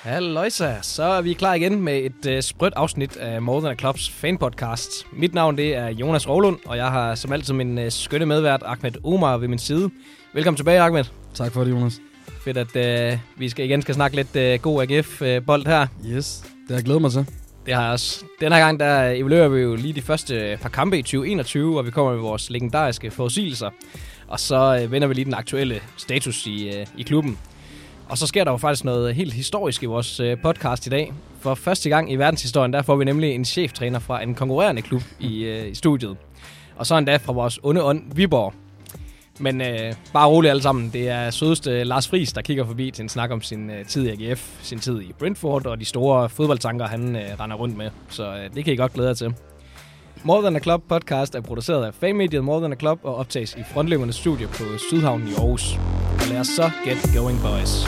Halløjsa, så er vi klar igen med et sprødt afsnit af More Than a Clubs fanpodcast. Mit navn det er Jonas Rovlund, og jeg har som altid min skønne medvært Ahmed Omar ved min side. Velkommen tilbage, Ahmed. Tak for det, Jonas. Fedt, at vi skal snakke lidt god AGF-bold her. Yes, det har jeg glædet mig til. Det har jeg også. Den her gang, der evaluerer vi jo lige de første par kampe i 2021, og vi kommer med vores legendariske forudsigelser. Og så vender vi lige den aktuelle status i klubben. Og så sker der jo faktisk noget helt historisk i vores podcast i dag. For første gang i verdenshistorien, der får vi nemlig en cheftræner fra en konkurrerende klub i studiet. Og så endda fra vores onde ånd, Viborg. Men bare roligt alle sammen. Det er sødeste Lars Friis, der kigger forbi til en snak om sin tid i AGF, sin tid i Brentford og de store fodboldtanker, han render rundt med. Så det kan I godt glæde jer til. More Than a Club podcast er produceret af fanmediet More Than a Club og optages i Frontløbernes studie på Sydhavnen i Aarhus. Og lad os så get going, boys.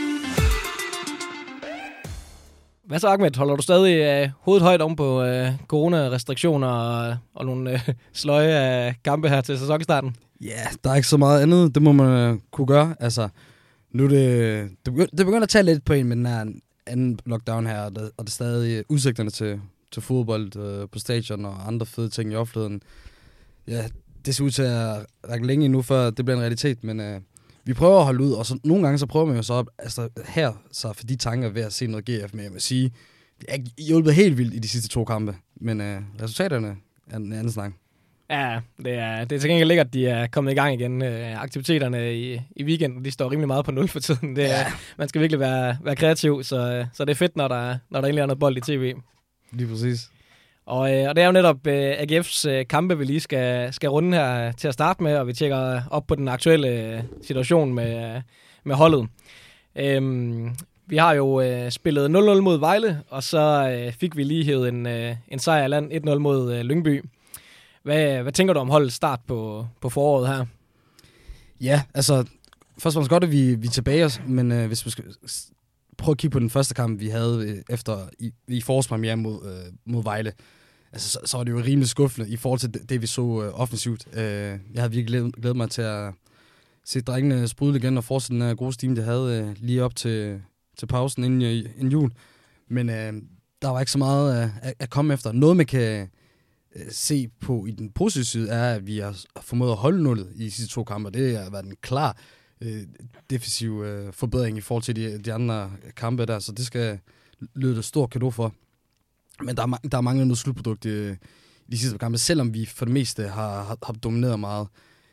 Hvad så, Ahmed? Holder du stadig hovedet højt om på coronarestriktioner og nogle sløje af kampe her til sæsonstarten? Ja, der er ikke så meget andet. Det må man kunne gøre. Altså, nu det begynder at tage lidt på en med den her anden lockdown her, og det er stadig udsigterne til fodbold på stadion og andre fede ting i offentligheden. Ja, det ser ud til at række længe endnu, før det bliver en realitet, men vi prøver at holde ud, og så nogle gange så prøver man jo så her så for de tanker ved at se noget GF, men jeg vil sige, det er ikke hjulpet helt vildt i de sidste 2 kampe, men resultaterne er en anden snak. Ja, det er til gengæld lækkert, at de er kommet i gang igen. Aktiviteterne i weekenden, de står rimelig meget på 0 for tiden. Man skal virkelig være kreativ, så det er fedt, når der egentlig er noget bold i tv. Lige præcis. Og det er jo netop AGF's kampe, vi lige skal runde her til at starte med, og vi tjekker op på den aktuelle situation med holdet. Vi har jo spillet 0-0 mod Vejle, og så fik vi lige hævet en sejr af land 1-0 mod Lyngby. Hvad tænker du om holdets start på foråret her? Ja, altså, først og fremmest godt, at vi er tilbage, men hvis vi skal prøve at kigge på den første kamp, vi havde efter i forårspremiere mod Vejle, altså, så var det jo rimelig skuffende i forhold til det vi så offensivt. Jeg havde virkelig glædet mig til at se drengene sprudle igen og fortsætte den gode steam, de havde lige op til pausen inden jul. Men der var ikke så meget at komme efter. Noget man kan se på i den positive side er, at vi har formået at holde nullet i de sidste 2 kampe. Det har været en klar defensiv forbedring i forhold til de andre kampe der, så det skal lyde et stort cadeau for. Men der er manglet noget slutprodukt i de sidste kampe, selvom vi for det meste har domineret meget.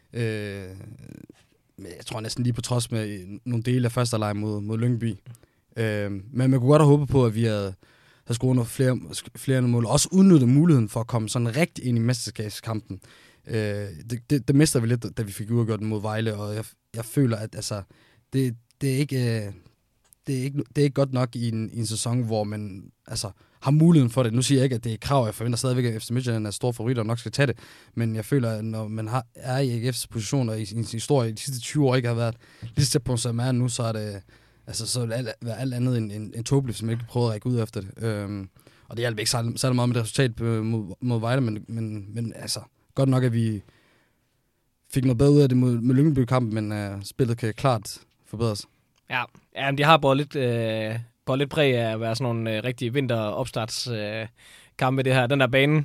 Jeg tror næsten lige på trods med nogle dele af første leg mod Lyngby. Men man kunne godt have håbet på, at vi havde scoret nogle flere mål, og også udnyttet muligheden for at komme sådan rigtig ind i mesterskabskampen. Det mister vi lidt, da vi fik udgjort den mod Vejle, og jeg føler, at altså, det er ikke godt nok i en sæson, hvor man altså har muligheden for det. Nu siger jeg ikke, at det er et krav. Jeg forventer stadigvæk, at FC Midtjylland er stor favorit og nok skal tage det. Men jeg føler, at når man er i AGF's position og i sin historie i de sidste 20 år ikke har været lige så tæt på, som er nu, så er det altså så alt andet end tåbeligt, som ikke prøver at række ud efter det. Og det hjalp ikke særlig meget med det resultat mod Vejle, men altså godt nok, at vi fik noget bedre ud af det mod Lyngby-kampen, men spillet kan klart forbedres. Ja, de har båret lidt præg af at være sådan nogle rigtige vinteropstartskampe, det her. Den der bane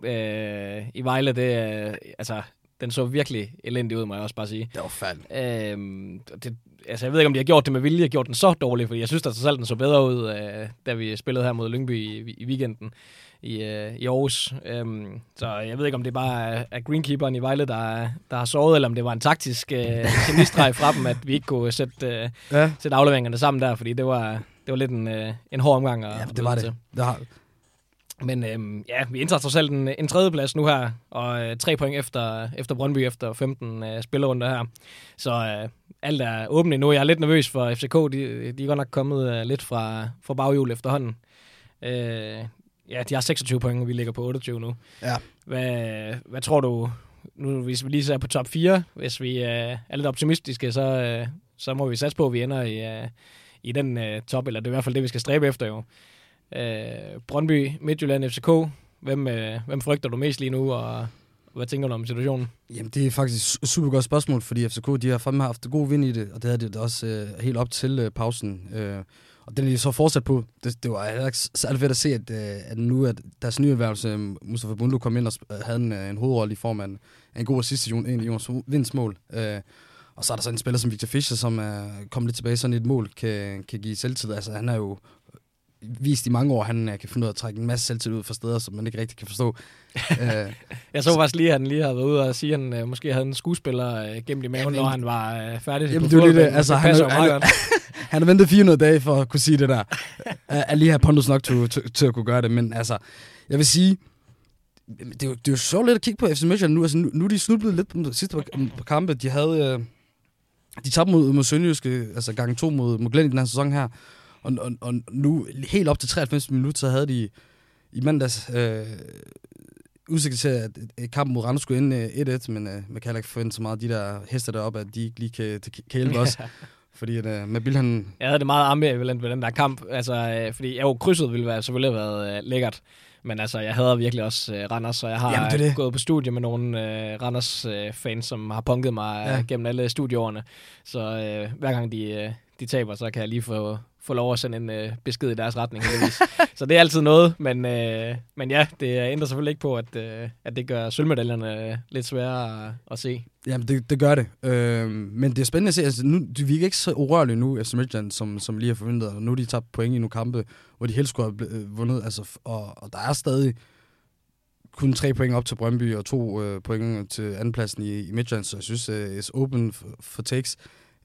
i Vejle, altså, den så virkelig elendig ud, må jeg også bare sige. Det var færdigt. Jeg ved ikke, om de har gjort det med vilje, gjort den så dårlig, fordi jeg synes, at den så bedre ud, da vi spillede her mod Lyngby i weekenden i Aarhus. Så jeg ved ikke, om det bare er greenkeeperen i Vejle, der har sovet, eller om det var en taktisk kemistreg fra dem, at vi ikke kunne sætte afleveringerne sammen der, fordi det var lidt en hård omgang. Ja, det var det. Men vi indtager trods alt en 3. plads nu her, og 3 point efter Brøndby efter 15 spillerunder her. Så alt er åbent nu. Jeg er lidt nervøs for FCK. De er godt nok kommet lidt fra baghjul efterhånden. De har 26 point, og vi ligger på 28 nu. Ja. Hvad tror du, nu hvis vi lige ser på top 4, hvis vi er lidt optimistiske, så må vi satse på, at vi ender i den top, eller det er i hvert fald det, vi skal stræbe efter jo. Brøndby, Midtjylland, FCK. Hvem frygter du mest lige nu, og hvad tænker du om situationen? Jamen, det er faktisk et super godt spørgsmål, fordi FCK, de har fandme haft god vind i det, og det havde de også helt op til pausen. Og den er de så fortsat på. Det var heller ikke særlig fedt at se, at nu at deres nye erhvervelse, Mustafa Bundu, kom ind og havde en hovedrolle i form af en god assist til Jonas Vinds mål. Og så er der så en spiller som Victor Fischer, som er kommet lidt tilbage, sådan et mål kan give selvtillid. Altså han er jo vist i mange år, han kan finde ud af at trække en masse selvtillid ud fra steder, som man ikke rigtig kan forstå. Jeg så faktisk lige, at han lige havde været ude og sige, at han måske havde en skuespiller gemt i maven, når han var færdig. Jamen det er det. Altså, han har ventet 400 dage for at kunne sige det der. At lige have pondus nok til at kunne gøre det. Men altså, jeg vil sige, det er jo sjovt lidt at kigge på FC Midtjylland nu. Altså, nu er de snublet lidt på de sidste på kampe. De tabte mod Sønderjyske, altså gang 2 mod Glenn i den her sæson her. Og nu, helt op til 93 minutter, så havde de i mandags udsigt til, at kampen mod Randers skulle ende 1-1, men man kan heller ikke forvente så meget af de der hester deroppe, at de ikke lige kan hjælpe os. Fordi at Mabil, han... Jeg havde det meget ambivalent ved den der kamp, altså, fordi krydset ville selvfølgelig have været lækkert, men altså, jeg hader virkelig også Randers, og jeg har gået på studie med nogle Randers-fans, som har punket mig gennem alle studieårene, så hver gang de taber, så kan jeg lige få lov at sende en besked i deres retning, heldigvis. Så det er altid noget, men ja, det ændrer selvfølgelig ikke på, at det gør sølvmedaljerne lidt sværere at se. Jamen, det gør det. Men det er spændende at se. Altså, nu, de virker ikke så urørlige nu, FC Midtjylland, som lige har forventet. Og nu er de tabt point i nogle kampe, hvor de helst skulle have vundet. Altså, og der er stadig kun 3 point op til Brøndby, og 2 point til andenpladsen i Midtjylland, så jeg synes, it's open for takes.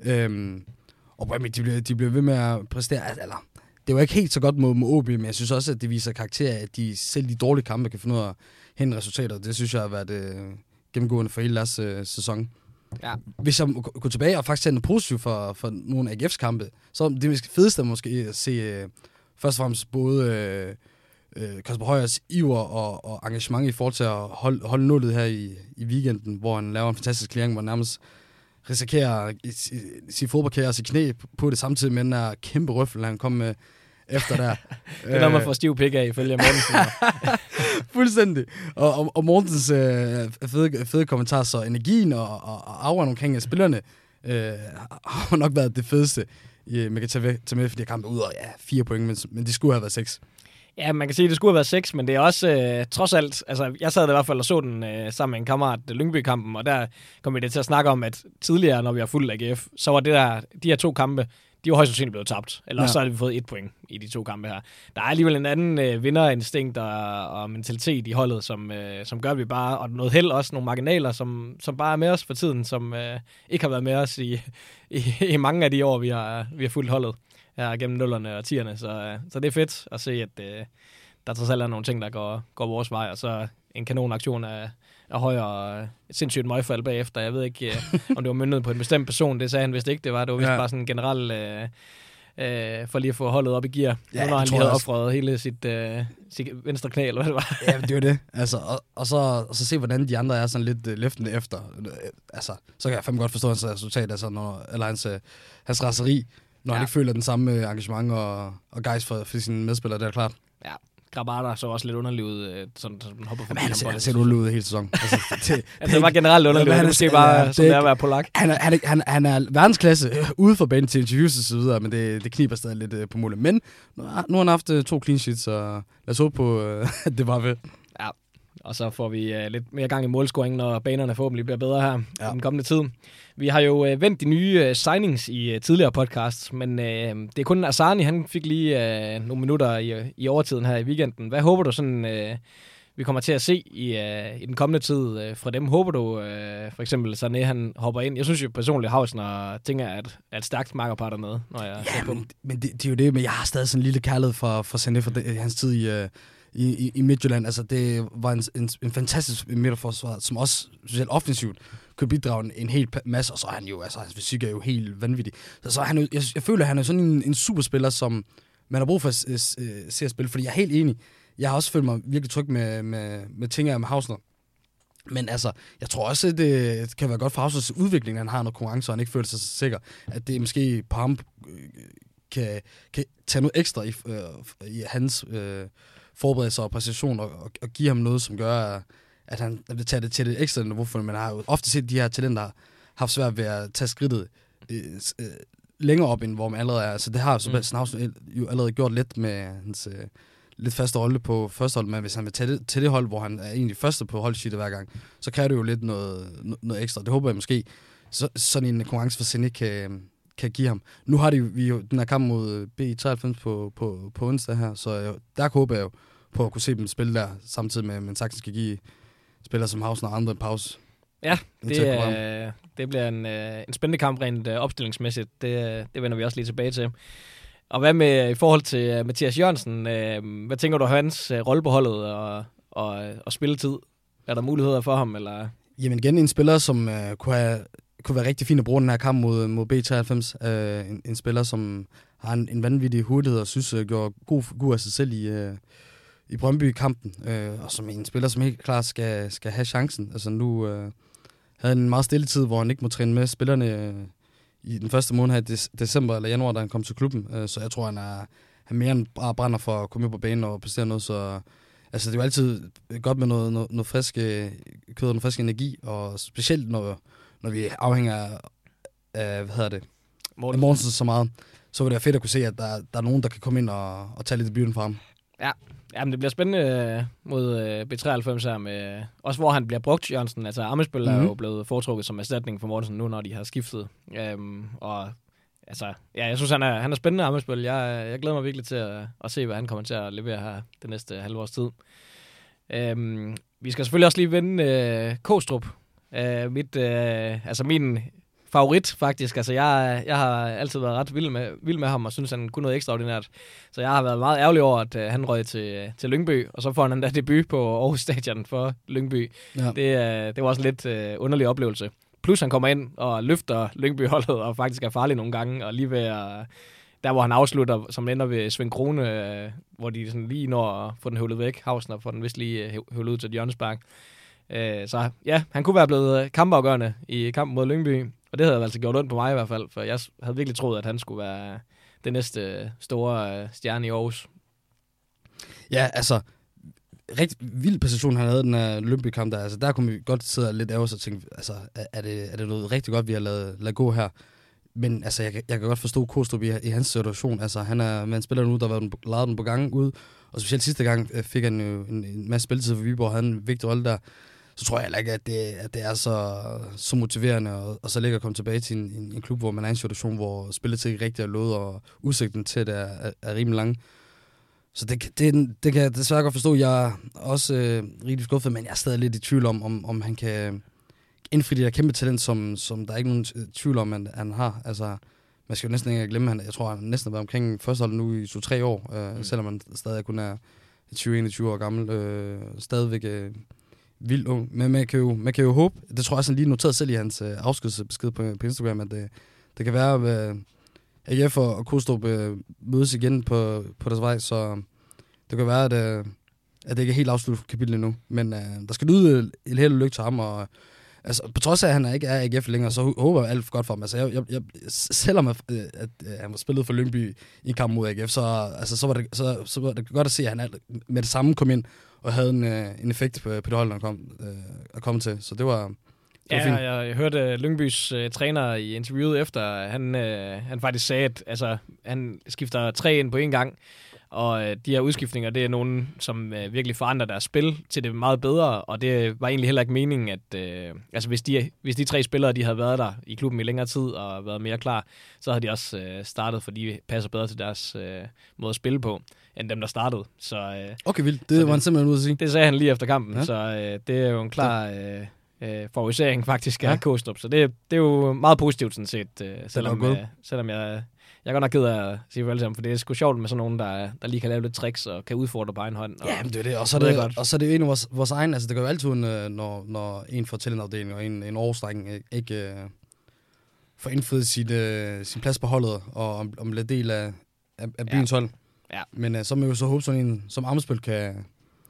Og Brøndby, de bliver ved med at præstere. Eller, det var ikke helt så godt mod OB, men jeg synes også, at det viser karakter, at de selv de dårlige kampe kan finde ud af at hente resultater. Det synes jeg har været gennemgående for hele deres sæson. Ja. Hvis jeg går tilbage og faktisk tage noget positivt for nogle AGF's kampe, så er det fedeste måske at se først og fremmest både Kasper Højers iver og engagement i forhold til at holde nullet her i weekenden, hvor han laver en fantastisk clearing, hvor han nærmest risikerer sin fodboldkarriere og sit knæ på det samtidig med den der kæmpe røffel, han kom med efter der. Det er noget, man får stiv pik af, ifølge Mortensen. Fuldstændig. Og Mortensens fede kommentar, så energien og auraen omkring spillerne har nok været det fedeste, man kan tage med, fordi kampen ud af 4 point, men de skulle have været 6. Ja, man kan sige, at det skulle have været 6, men det er også trods alt, altså jeg sad i hvert fald og så den sammen med en kammerat, Lyngby-kampen, og der kom vi det til at snakke om, at tidligere, når vi har fulgt AGF, så var de her 2 kampe, de var højst sandsynligt blevet tabt. Eller så har vi fået 1 point i de 2 kampe her. Der er alligevel en anden vinderinstinkt og mentalitet i holdet, som gør, at vi bare, og noget held også, nogle marginaler, som bare er med os for tiden, som ikke har været med os i mange af de år, vi har fulgt holdet her gennem 0'erne og 10'erne. Så det er fedt at se, at der trods alt er nogle ting, der går vores vej, og så en kanonaktion af Højre, et sindssygt møgfald bagefter. Jeg ved ikke, om det var møntet på en bestemt person. Det sagde han vist ikke. Det var vist bare sådan generelt for lige at få holdet op i gear. Ja, når han lige havde offret hele sit venstre knæ, eller hvad det var. Ja, det var det. Altså, og så se, hvordan de andre er sådan lidt løftende efter. Altså, så kan jeg fandme godt forstå hans resultat, altså, eller hans raseri, når han ikke føler den samme engagement og gejst for sine medspillere, det er klart. Ja. Grabata så også lidt underlig ud, sådan hopper forbi. Men han ser underlig ud hele sæsonen. Det var generelt underlig ud. Det er måske bare sådan at være polak. Han er verdensklasse ude for banen til interviews og så videre, men det kniber stadig lidt på målet. Men nu har han haft 2 clean sheets, så lad os håbe på, at det var ved. Ja, og så får vi lidt mere gang i målscoringen, når banerne forhåbentlig bliver bedre her i den kommende tid. Vi har jo vendt de nye signings i tidligere podcasts, men det er kun Azani, han fik lige nogle minutter i overtiden her i weekenden. Hvad håber du sådan, vi kommer til at se i den kommende tid fra dem? Håber du for eksempel, Sané han hopper ind? Jeg synes jo personligt, Hausner tænker, at et stærkt makkerpar dernede, når jeg ser på dem. Men det er jo det, men jeg har stadig sådan en lille kærlighed for Sané fra hans tid i Midtjylland. Altså, det var en fantastisk midterforsvar, som også specielt offensivt kunne bidrage en hel masse, og så er han jo, altså hans fysik er jo helt vanvittig. Så han jo, jeg føler, at han er sådan en superspiller, som man har brug for at se at spille, fordi jeg er helt enig. Jeg har også følt mig virkelig tryg med ting af med Hausner. Men altså, jeg tror også, at det kan være godt for Hausners udvikling, at han har noget konkurrence, og han ikke føler sig så sikker, at det måske på ham kan tage noget ekstra i hans forberedelse og præcision, og give ham noget, som gør, at han vil tage det til det ekstra niveau, for man har jo ofte set de her talenter haft svært ved at tage skridtet længere op, end hvor man allerede er. Så det har Sebastian Hausen jo allerede gjort lidt med hans lidt faste rolle på første hold, men hvis han vil tage til det hold, hvor han er egentlig første på holdsheetet hver gang, så kræver det jo lidt noget ekstra. Det håber jeg måske, sådan en konkurrence for Zenit kan give ham. Nu har vi jo den her kamp mod B93 på onsdag her, så der håber jeg jo på at kunne se dem spille der, samtidig med, at man sagtens skal give spillere som Hausen og andre en pause. Ja, det bliver en spændende kamp rent opstillingsmæssigt. Det vender vi også lige tilbage til. Og hvad med i forhold til Mathias Jørgensen? Hvad tænker du om hans rolle på holdet og spilletid? Er der muligheder for ham? Eller? Jamen igen, en spiller, som kunne være rigtig fin at bruge den her kamp mod B93. En spiller, som har en vanvittig hurtighed og synes, gjorde god af sig selv i Brøndby-kampen. Og som en spiller, som helt klart skal have chancen. Altså nu havde en meget stille tid, hvor han ikke må træne med spillerne i den første måned her i december eller januar, da han kom til klubben. Så jeg tror, han er mere end bare brænder for at komme ud på banen og præstere noget. Så altså, det er jo altid godt med noget frisk kød og noget frisk energi, og specielt når vi afhænger af Mortensen så meget, så var det fedt at kunne se, at der er nogen, der kan komme ind og tage lidt debuten fra ham. Ja, men det bliver spændende mod B93 her, med, også hvor han bliver brugt, Jørgensen. Altså Amesbøl er jo blevet foretrukket som erstatning for Mortensen nu, når de har skiftet. Og altså, ja, jeg synes, han er spændende, Amesbøl. Jeg glæder mig virkelig til at se, hvad han kommer til at levere her det næste halve års tid. Vi skal selvfølgelig også lige vende Kostrup. Min favorit, faktisk. Altså, jeg har altid været ret vild med ham, og synes, han kunne noget ekstraordinært. Så jeg har været meget ærgerlig over, at han røg til Lyngby, og så får han da debut på Aarhus Stadion for Lyngby. Ja. Det var også en lidt underlig oplevelse. Plus, han kommer ind og løfter Lyngby-holdet, og faktisk er farlig nogle gange, og lige ved der, hvor han afslutter, som ender ved Svend Krone, hvor de sådan lige når at få den høvlet væk, Hausen, og får den vist lige høvlet ud til et hjørnespark. Så ja, han kunne være blevet kampafgørende i kampen mod Lyngby, og det havde altså gjort ondt på mig i hvert fald, for jeg havde virkelig troet, at han skulle være den næste store stjerne i Aarhus. Ja, altså, rigtig vild præstation, han havde den her Lyngby-kamp der. Altså, der kunne vi godt sidde lidt af os og tænke, altså, er det noget rigtig godt, vi har lavet gå her? Men altså, jeg kan godt forstå Kostrup i hans situation. Altså, han er med en spiller nu, der har lavet den på gangen ud, og specielt sidste gang fik han jo en masse spilletid for Viborg, havde en vigtig rolle der. Så tror jeg heller ikke, at det er så motiverende, og så ligge at komme tilbage til en klub, hvor man er i en situation, hvor spilletid ikke rigtig er lovet, og udsigten til det er rimelig lang. Så det kan jeg desværre godt forstå. Jeg er også rigtig skuffet, men jeg er stadig lidt i tvivl om han kan indfri det der kæmpe talent, som der er ikke nogen tvivl om, at han har. Altså, man skal jo næsten ikke glemme, jeg tror, han næsten har været omkring førsteholdet nu i 2-3 år, selvom man stadig kun er 20-21 år gammel. Stadigvæk vildt ung. Men man kan jo håbe, det tror jeg også, han lige noteret selv i hans afskedsbesked på Instagram, at det kan være, at AGF og Kostrup mødes igen på deres vej, så det kan være, at det ikke er helt afsluttet kapitel endnu. Men der skal lyde et held og lykke til ham, og altså, på trods af, at han ikke er AGF længere, så håber jeg alt for godt for ham. Altså, selvom at han var spillet for Lyngby i en kamp mod AGF, så var det godt at se, at han med det samme kom ind og havde en effekt på det hold, han at komme til. Så det var fint. Jeg hørte Lyngbys træner i interviewet efter, han faktisk sagde, at altså, han skifter 3 ind på en gang, og de her udskiftninger, det er nogen, som virkelig forandrer deres spil til det meget bedre, og det var egentlig heller ikke meningen, at altså hvis de 3 spillere, de havde været der i klubben i længere tid og været mere klar, så havde de også startet, for de passer bedre til deres måde at spille på, end dem, der startede. Så, okay, vildt. Det var han simpelthen ude at sige. Det sagde han lige efter kampen, ja. Så det er jo en klar favorisering faktisk af Kostrup, så det er jo meget positivt sådan set, selvom jeg er godt nok ked af at sige farvel til ham, for det er sgu sjovt med sådan nogen, der lige kan lave lidt tricks og kan udfordre på egen hånd. Ja, men det er det. Og så er det jo en af vores egen, altså det gør jo altid, når en får talentafdeling og en årsdreng ikke får indfriet sin plads på holdet, og om lidt del af byens hold. Ja. Men så må vi jo så håbe, sådan en som Amesbøl kan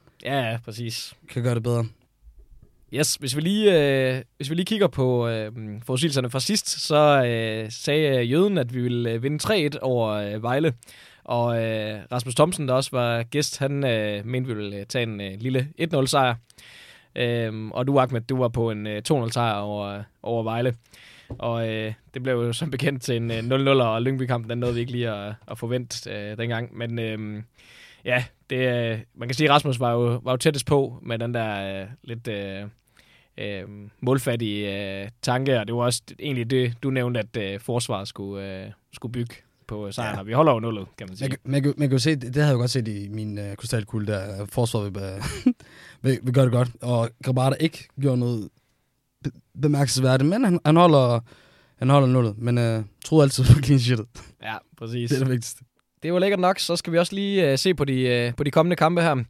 præcis. Kan gøre det bedre. Yes, hvis vi lige kigger på forudsigelserne fra sidst, så sagde Jøden, at vi ville vinde 3-1 over Vejle. Og Rasmus Thomsen, der også var gæst, han mente, vi ville tage en lille 1-0 sejr. Og du, Ahmed, du var på en 2-0 sejr over Vejle. Og det blev jo som bekendt til en 0-0, og Lyngby-kampen, den nåede vi ikke lige at forvente dengang. Men ja, man kan sige, at Rasmus var jo tættest på med den der lidt målfattige tanke, og det var også egentlig det, du nævnte, at forsvaret skulle bygge på sejren, og vi holder jo nullet, kan man sige. Man kan jo se, det havde jeg jo godt set i min krystalkugle, der forsvaret vil gøre det godt, og Grabara ikke gjorde noget bemærkelsesværdigt, men han holder nullet, men troede altid på clean sheetet. Ja, præcis. Det er det vigtigste. Det var lækkert nok, så skal vi også lige se på de kommende kampe her.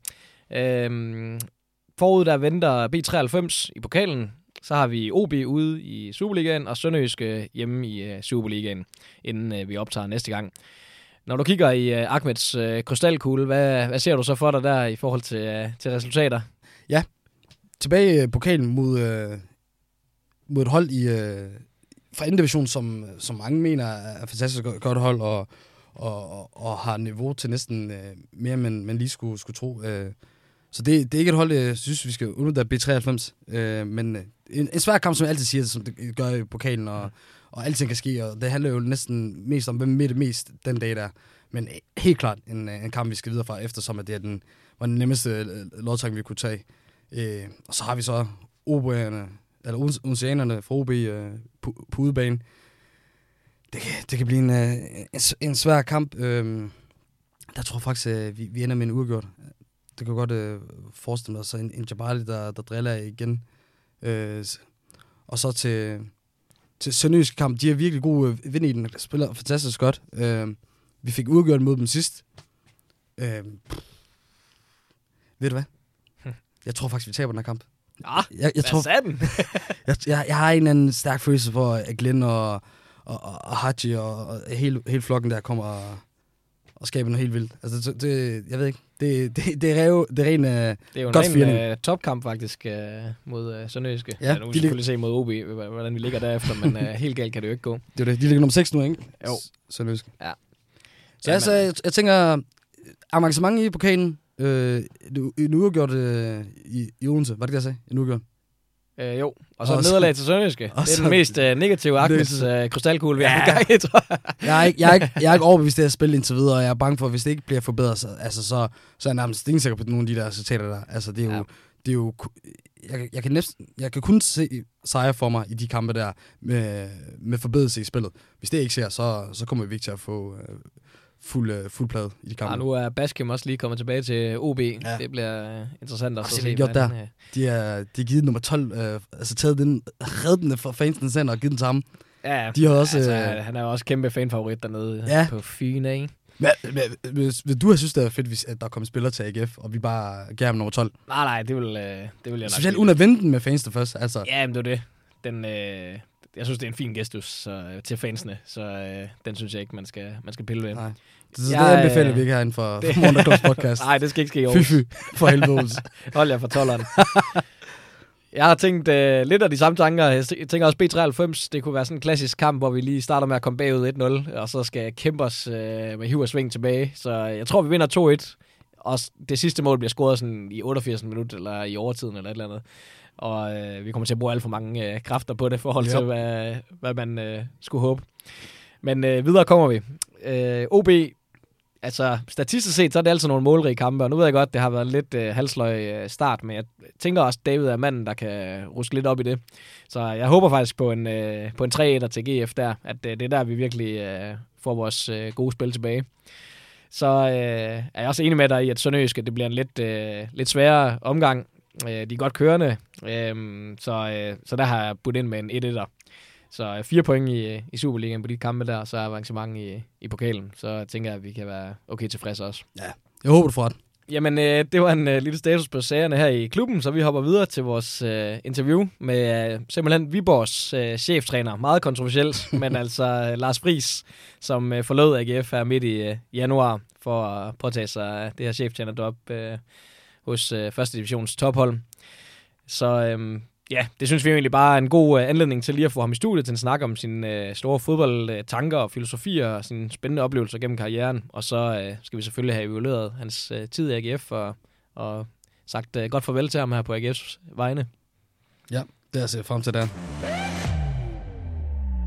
Forud der venter B93 i pokalen, så har vi OB ude i Superligaen, og Sønderjyske hjemme i Superligaen, inden vi optager næste gang. Når du kigger i Ahmeds krystalkugle, hvad ser du så for dig der i forhold til resultater? Ja, tilbage i pokalen mod et hold fra anden division, som mange mener er fantastisk godt hold, og har niveau til næsten mere, man lige skulle tro. Så det er ikke et hold, jeg synes, vi skal udnytte B93. Men en svær kamp, som jeg altid siger, som det gør i pokalen, og alting kan ske, og det handler jo næsten mest om, hvem er det mest den dag der. Men helt klart en kamp, vi skal videre fra, eftersom at det var den nemmeste lodtrækning, vi kunne tage. Og så har vi så oceanerne fra OB på udebane. Det kan blive en svær kamp. Der tror jeg faktisk, at vi ender med en uafgjort. Det kan godt forestille mig. Så en Jabali, der driller igen. Og så til Sønderjyske kamp. De er virkelig gode vind i den. Spiller fantastisk godt. Vi fik uafgjort mod dem sidst. Ved du hvad? Jeg tror faktisk, vi taber den her kamp. Jeg tror, den? jeg har en eller anden stærk følelse for, at Glenn og Haji og hele flokken der kommer og skaber noget helt vildt. Altså, jeg ved ikke. Det er ren det er jo en topkamp faktisk mod Sønderjyske. Ja, nu vil vi selvfølgelig se mod OB, hvordan vi ligger derefter, men helt galt kan det jo ikke gå. Det er det. De ligger nummer 6 nu, ikke? Jo. Sønderjyske. Ja. Så altså, jeg tænker, engagement i pokalen. En uafgjort i Odense. Var det jeg sagde? En uafgjort? Jo, og så nederlag til Sønderjyske. Det er den mest negative Ahmeds krystalkugle, vi har i gang i, tror jeg. Jeg er ikke overbevist det at spille indtil videre, og jeg er bange for, at hvis det ikke bliver forbedret, så er jeg nærmest ikke sikker på nogle af de der resultater der. Altså, det er jo jeg kan kun se sejre for mig i de kampe der med forbedrelse i spillet. Hvis det ikke sker, så kommer vi ikke til at få fuld plade i de kampe. Ja, nu er Baskem også lige kommet tilbage til OB. Ja. Det bliver interessant at se. Gjort der. De har givet nummer 12, taget den, reddet den fra fansens sender og givet den til ham. Ja, de har også, han er jo også kæmpe fanfavorit dernede på Fyn, ikke? Vil du have synes, det er fedt, at der kommer spillere til AGF, og vi bare gav ham nummer 12? Nej, det vil jeg nok. Specielt uden at vente den med fansene først. Altså. Ja, men det er det. Jeg synes, det er en fin gestus til fansene, så den synes jeg ikke, man skal pille ved. Nej. Det anbefaler vi ikke herinde for Morten Klubs podcast. Nej, det skal ikke ske i år. Fy, for helvede. Hold jer for 12'eren. Jeg har tænkt lidt af de samme tanker. Jeg tænker også B93, det kunne være sådan en klassisk kamp, hvor vi lige starter med at komme bagud 1-0, og så skal kæmpe os med hiv og sving tilbage. Så jeg tror, vi vinder 2-1, og det sidste mål bliver scoret sådan i 88 minutter, eller i overtiden, eller et eller andet. Og vi kommer til at bruge alt for mange kræfter på det, i forhold til, hvad man skulle håbe. Men videre kommer vi. OB, altså statistisk set, så er det altid nogle målrige kampe, og nu ved jeg godt, det har været en lidt halsløg start, men jeg tænker også, David er manden, der kan ruske lidt op i det. Så jeg håber faktisk på en 3-1'er til GF der, at det er der, vi virkelig får vores gode spil tilbage. Så er jeg også enig med dig i, at Sønderjyske, det bliver en lidt sværere omgang. De er godt kørende, så der har jeg budt ind med en 1-1'er. Så 4 point i Superligaen på de kampe der, så er avancement i pokalen. Så tænker jeg, at vi kan være okay tilfredse også. Ja, jeg håber, du får det. Jamen, det var en lille status på sagerne her i klubben, så vi hopper videre til vores interview med simpelthen Viborgs cheftræner. Meget kontroversielt, men altså Lars Friis, som forlod AGF her midt i januar for at påtage sig det her cheftrænerjob hos første divisions tophold. Så det synes vi egentlig bare er en god anledning til lige at få ham i studiet til en snak om sine store fodboldtanker og filosofier og sine spændende oplevelser gennem karrieren. Og så skal vi selvfølgelig have evalueret hans tid i AGF og sagt godt farvel til ham her på AGF's vegne. Ja, det er jeg set frem til der.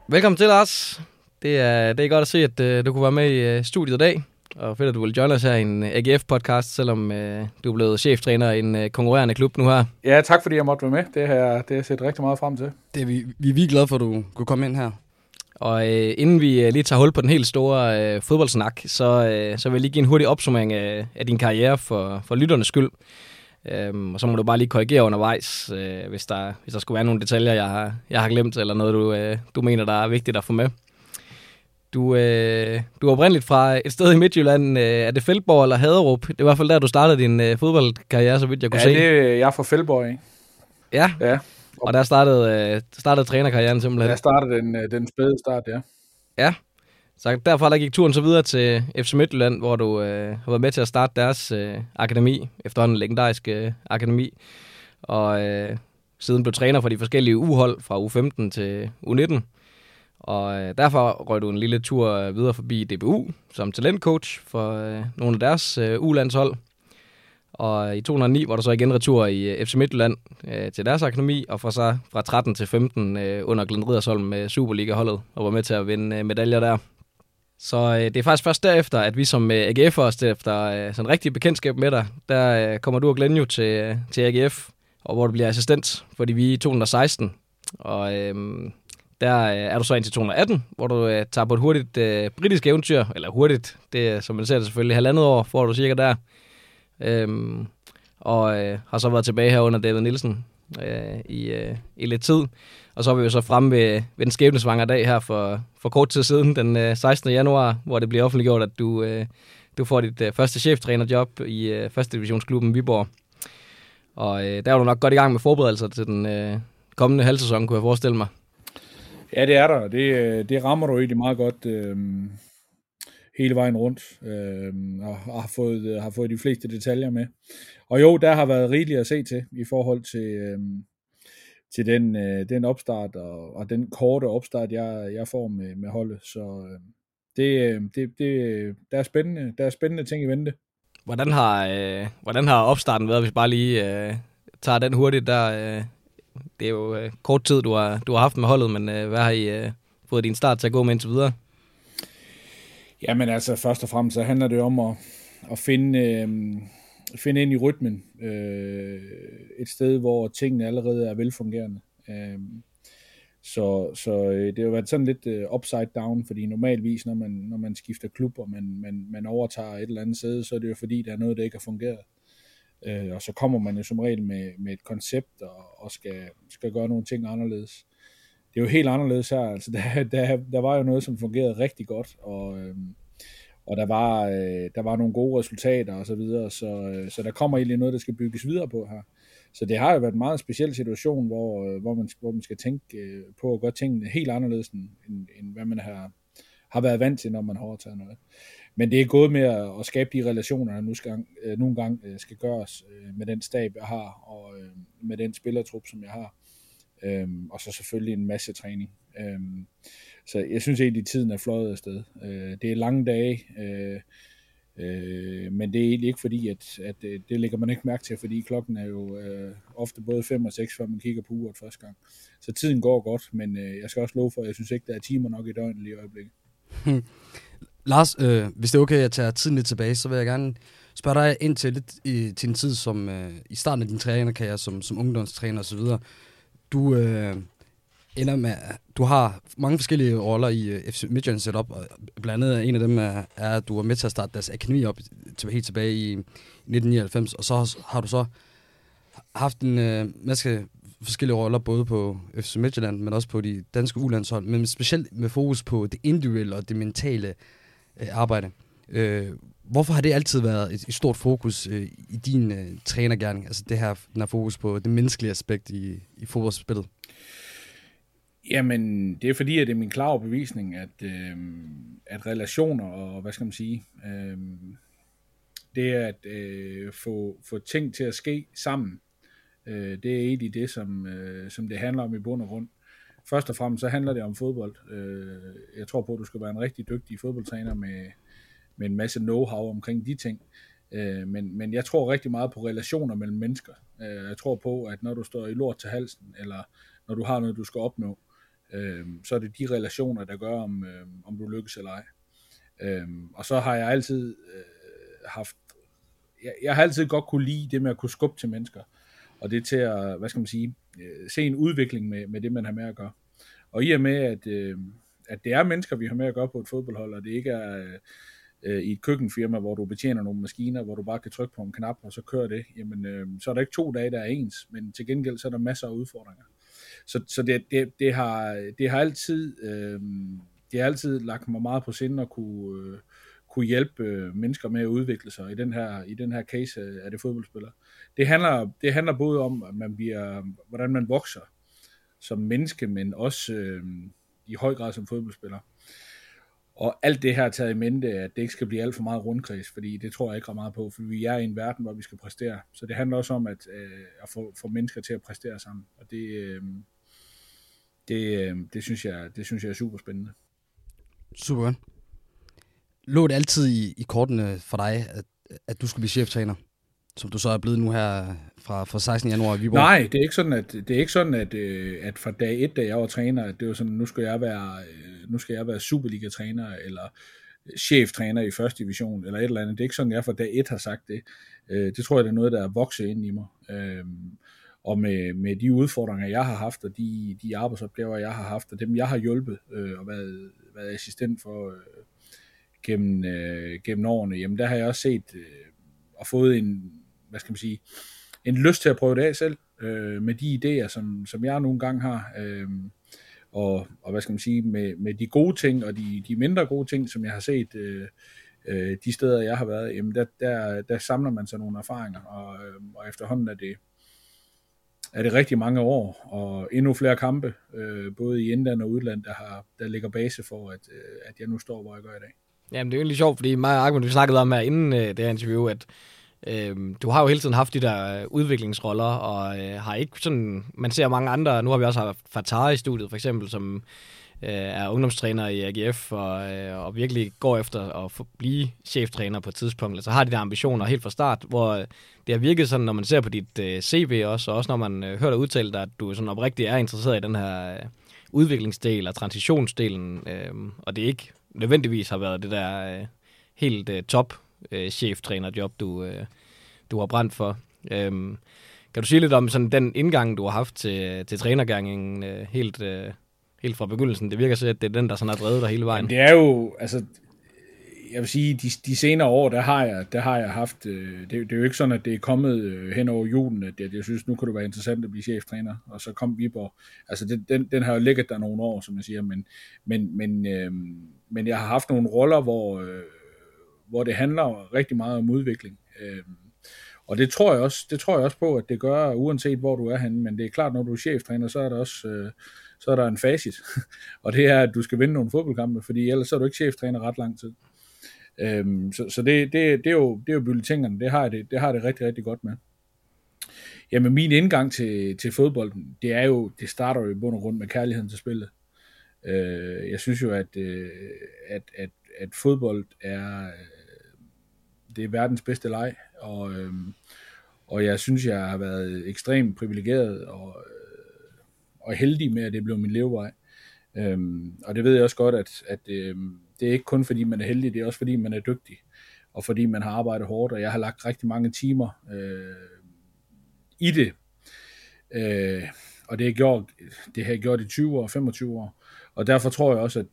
Velkommen til, Lars. Det er godt at se, at du kunne være med i studiet i dag. Og fedt, at du vil joine os her i en AGF-podcast, selvom du er blevet cheftræner i en konkurrerende klub nu her. Ja, tak fordi jeg måtte være med. Det har jeg set rigtig meget frem til. Det er vi er glade for, at du kunne komme ind her. Og inden vi lige tager hul på den helt store fodboldsnak, så vil jeg lige give en hurtig opsummering af din karriere for lytternes skyld. Og så må du bare lige korrigere undervejs, hvis der skulle være nogle detaljer, jeg har glemt, eller noget, du mener, der er vigtigt at få med. Du er oprindeligt fra et sted i Midtjylland. Er det Feldborg eller Haderup? Det er i hvert fald der, du startede din fodboldkarriere, så vidt jeg kunne se. Ja, jeg er fra Feldborg, ikke? Ja. Og der startede trænerkarrieren simpelthen. Jeg startede den spæde start, ja. Ja, så derfra der gik turen så videre til FC Midtjylland, hvor du har været med til at starte deres akademi, efterhånden legendariske akademi. Og siden blev træner for de forskellige U-hold fra U15 til U19. Og derfor røg du en lille tur videre forbi DBU som talentcoach for nogle af deres U-landshold. Og i 2009 var du så igen retur i FC Midtjylland til deres akademi, og fra 13 til 15 under Glenn Riddersholm med Superliga-holdet, og var med til at vinde medaljer der. Så det er faktisk først derefter, at vi som AGF'ere stifter sådan rigtig bekendtskab med dig. Der kommer du og Glenn jo til AGF, og hvor du bliver assistent, fordi vi er i 2016. Og der er du så indtil 2018, hvor du tager på et hurtigt britisk eventyr, eller hurtigt, det er som man ser det selvfølgelig 1,5 år, får du cirka der. Og har så været tilbage her under David Nielsen i lidt tid. Og så er vi jo så fremme ved den skæbnesvangre dag her for kort tid siden, den 16. januar, hvor det bliver offentliggjort, at du får dit første cheftrænerjob i første divisionsklubben Viborg. Og der er du nok godt i gang med forberedelser til den kommende halvsæson, kunne jeg forestille mig. Ja, det er der. Det rammer du egentlig meget godt hele vejen rundt, og har fået de fleste detaljer med. Og jo, der har været rigeligt at se til i forhold til den opstart og den korte opstart, jeg får med holdet. Så der er spændende ting i vente. Hvordan har opstarten været, hvis bare lige tager den hurtigt der? Det er jo kort tid, du har haft med holdet, men hvad har I fået din start til at gå med indtil videre? Jamen altså, først og fremmest så handler det om at finde ind i rytmen. Et sted, hvor tingene allerede er velfungerende. Så det har jo været sådan lidt upside down, fordi normalvis, når man skifter klub, og man overtager et eller andet sted, så er det jo fordi, der er noget, der ikke har fungeret. Og så kommer man jo som regel med et koncept, og skal gøre nogle ting anderledes. Det er jo helt anderledes her. Altså, der var jo noget, som fungerede rigtig godt, og der var nogle gode resultater og så videre, så der kommer egentlig noget, der skal bygges videre på her. Så det har jo været en meget speciel situation, hvor man skal tænke på at gøre tingene helt anderledes, end hvad man har været vant til, når man har overtaget noget. Men det er gået med at skabe de relationer, der nogle gange skal gøres med den stab, jeg har, og med den spillertrup, som jeg har. Og så selvfølgelig en masse træning. Så jeg synes egentlig, at tiden er fløjet afsted. Det er lange dage, men det er egentlig ikke fordi, at det lægger man ikke mærke til, fordi klokken er jo ofte både 5 og 6, før man kigger på uret første gang. Så tiden går godt, men jeg skal også love for, at jeg synes ikke, der er timer nok i døgnet lige i øjeblikket. Lars, hvis det er okay, at jeg tager tiden lidt tilbage, så vil jeg gerne spørge dig ind til lidt til en tid som i starten af din trænerkarriere som ungdomstræner osv. Du ender med, du har mange forskellige roller i FC Midtjylland setup, og blandt andet en af dem er, at du var med til at starte deres akademi op helt tilbage i 1999, og så har du så haft en masse forskellige roller, både på FC Midtjylland, men også på de danske U-landshold, men specielt med fokus på det individuelle og det mentale arbejde. Hvorfor har det altid været et stort fokus i din trænergerning, altså den her fokus på det menneskelige aspekt i fodboldspillet? Jamen, det er fordi, at det er min klare overbevisning, at relationer og, hvad skal man sige, det er at få ting til at ske sammen. Det er egentlig det, som det handler om i bund og grund. Først og fremmest så handler det om fodbold. Jeg tror på, at du skal være en rigtig dygtig fodboldtræner med en masse know-how omkring de ting. Men jeg tror rigtig meget på relationer mellem mennesker. Jeg tror på, at når du står i lort til halsen, eller når du har noget, du skal opnå, Så er det de relationer, der gør, om du lykkes eller ej. Og så har jeg altid jeg har altid godt kunne lide det med at kunne skubbe til mennesker, og det til at, se en udvikling med det, man har med at gøre. Og i og med, at det er mennesker, vi har med at gøre på et fodboldhold, og det ikke er i et køkkenfirma, hvor du betjener nogle maskiner, hvor du bare kan trykke på en knap, og så kører det, jamen, så er der ikke 2 dage, der er ens, men til gengæld, så er der masser af udfordringer. Så det har altid lagt mig meget på sinde at kunne hjælpe mennesker med at udvikle sig. I den her case af det fodboldspiller. Det handler både om, at hvordan man vokser som menneske, men også i høj grad som fodboldspiller. Og alt det her taget i mente, at det ikke skal blive alt for meget rundkreds, fordi det tror jeg ikke ret meget på, for vi er i en verden, hvor vi skal præstere. Så det handler også om at få mennesker til at præstere sammen. Og det synes jeg er super spændende. Super godt. Lå det altid i kortene for dig, at du skulle blive cheftræner, som du så er blevet nu her fra 16. januar i Viborg? Nej, det er ikke sådan, at fra dag 1, da jeg var træner, at det var sådan, nu skal jeg være Superliga-træner, eller cheftræner i første division, eller et eller andet. Det er ikke sådan, jeg fra dag 1 har sagt det. Det tror jeg, det er noget, der er vokset ind i mig. Og med de udfordringer, jeg har haft, og de arbejdsopgaver, jeg har haft, og dem, jeg har hjulpet og været assistent for gennem årene, jamen der har jeg også set og fået en lyst til at prøve det af selv, med de idéer, som jeg nogle gange har, og med de gode ting, og de mindre gode ting, som jeg har set de steder, jeg har været, jamen der samler man sig nogle erfaringer, og efterhånden er det rigtig mange år, og endnu flere kampe, både i indland og udland, der ligger base for, at jeg nu står, hvor jeg gør i dag. Jamen, det er jo egentlig sjovt, fordi mig og Ahmed, vi snakkede om her inden det her interview, at du har jo hele tiden haft de der udviklingsroller, og har ikke sådan, man ser mange andre, nu har vi også haft Fatah i studiet, for eksempel, som er ungdomstræner i AGF, og virkelig går efter at blive cheftræner på et tidspunkt, så har de der ambitioner helt fra start, hvor det har virket sådan, når man ser på dit CV også, og også når man hører dig udtale dig, at du sådan oprigtigt er interesseret i den her udviklingsdel og transitionsdelen, og det ikke nødvendigvis har været det der helt top cheftrænerjob, du har brændt for. Kan du sige lidt om sådan den indgang, du har haft til trænergærningen helt fra begyndelsen? Det virker så, at det er den, der sådan har drevet dig hele vejen. Jamen, det er jo, altså, jeg vil sige, de senere år, der har jeg haft, det er jo ikke sådan, at det er kommet hen over julen, at jeg synes, nu kunne det være interessant at blive cheftræner, og så kom Viborg. Altså, den har jo ligget der nogle år, som jeg siger, men jeg har haft nogle roller, hvor det handler rigtig meget om udvikling. Og det tror jeg også på, at det gør, uanset hvor du er henne, men det er klart, når du er cheftræner, så er der også så er der en facit, og det er, at du skal vinde nogle fodboldkampe, fordi ellers så er du ikke cheftræner ret lang tid. Så det er jo bulletinerne, det har det rigtig, rigtig godt med. Jamen, min indgang til fodbolden, det starter jo i bund og grund med kærligheden til spillet. Jeg synes jo, at fodbold det er verdens bedste leg, og jeg synes, jeg har været ekstremt privilegeret og heldig med, at det blev min levevej. Og det ved jeg også godt, at det er ikke kun fordi, man er heldig, det er også fordi, man er dygtig, og fordi man har arbejdet hårdt, og jeg har lagt rigtig mange timer i det. Og det har jeg gjort i 20 år, 25 år. Og derfor tror jeg også,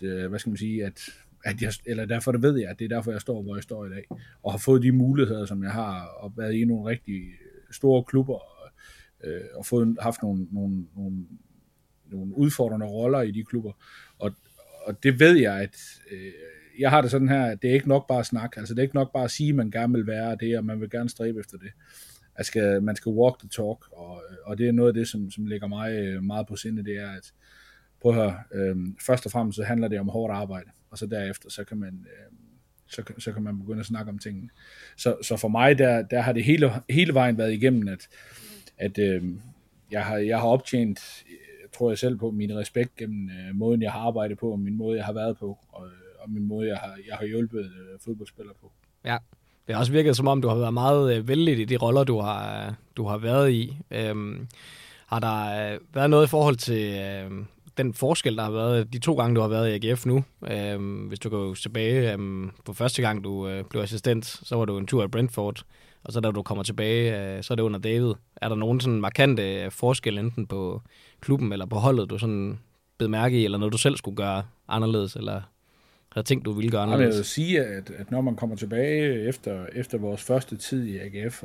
derfor ved jeg, at det er derfor, jeg står, hvor jeg står i dag, og har fået de muligheder, som jeg har, og været i nogle rigtig store klubber, og haft nogle udfordrende roller i de klubber. Og det ved jeg, at jeg har det sådan her, at det er ikke nok bare at snakke, altså det er ikke nok bare at sige, at man gerne vil være det, og man vil gerne stræbe efter det. Man skal walk the talk, og det er noget af det, som ligger mig meget på sinde, det er, at prøv at høre, først og fremmest så handler det om hårdt arbejde, og så derefter, så kan man begynde at snakke om tingene. Så for mig, der har det hele vejen været igennem, at jeg har optjent, tror jeg selv på, min respekt gennem måden, jeg har arbejdet på, og min måde, jeg har været på, og min måde, jeg har hjulpet fodboldspillere på. Ja, det har også virket som om, du har været meget vældig i de roller, du har været i. Har der været noget i forhold den forskel, der har været de 2 gange, du har været i AGF nu. Hvis du går tilbage på første gang, du blev assistent, så var du en tur i Brentford, og så da du kommer tilbage, så er det under David. Er der nogen sådan markante forskel, enten på klubben eller på holdet, du sådan bed mærke i, eller noget, du selv skulle gøre anderledes, eller havde tænkt, du ville gøre anderledes? Jeg vil sige, at når man kommer tilbage efter vores første tid i AGF,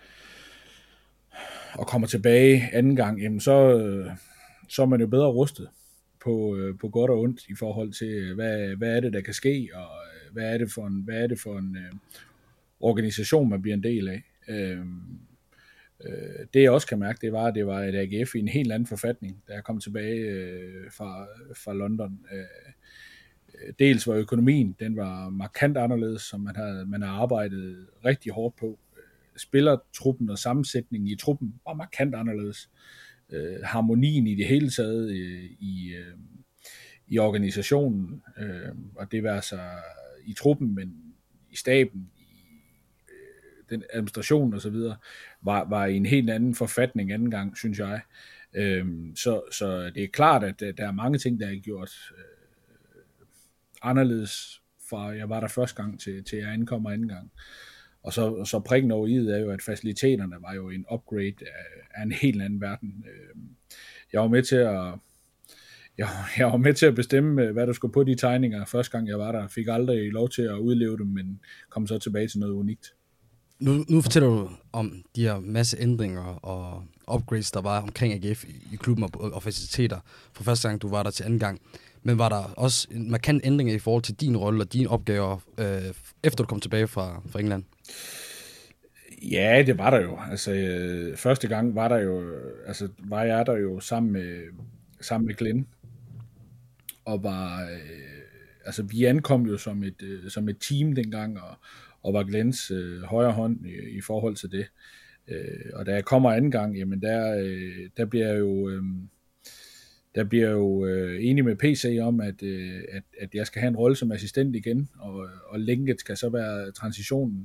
og kommer tilbage anden gang, jamen så er man jo bedre rustet på godt og ondt i forhold til, hvad er det, der kan ske, og hvad er det for en organisation, man bliver en del af. Det jeg også kan mærke, det var et AGF i en helt anden forfatning, da jeg kom tilbage fra London. Dels var økonomien, den var markant anderledes, som man har arbejdet rigtig hårdt på. Spillertruppen og sammensætningen i truppen var markant anderledes. Harmonien i det hele taget i organisationen, og det var så i truppen, men i staben, den administration og så videre, var i en helt anden forfatning anden gang, synes jeg. Så det er klart, at der er mange ting, der er gjort anderledes fra jeg var der første gang til jeg ankommer anden gang. Og så prikken over i'et er jo, at faciliteterne var jo en upgrade af en helt anden verden. Jeg var med til at bestemme, hvad der skulle på de tegninger første gang jeg var der. Fik aldrig lov til at udleve dem, men kom så tilbage til noget unikt. Nu fortæller du om de her masse ændringer og upgrades, der var omkring AGF i klubben og faciliteter fra første gang, du var der til anden gang. Men var der også en markant ændring i forhold til din rolle og dine opgaver, efter du kom tilbage fra England? Ja, det var der jo. Altså, første gang var jeg der jo sammen med Glenn. Og vi ankom jo som et team dengang, og var Glens højre hånd i forhold til det. Og da jeg kommer anden gang, jamen der bliver jeg jo enig med PC om, at jeg skal have en rolle som assistent igen, og linket skal så være transitionen.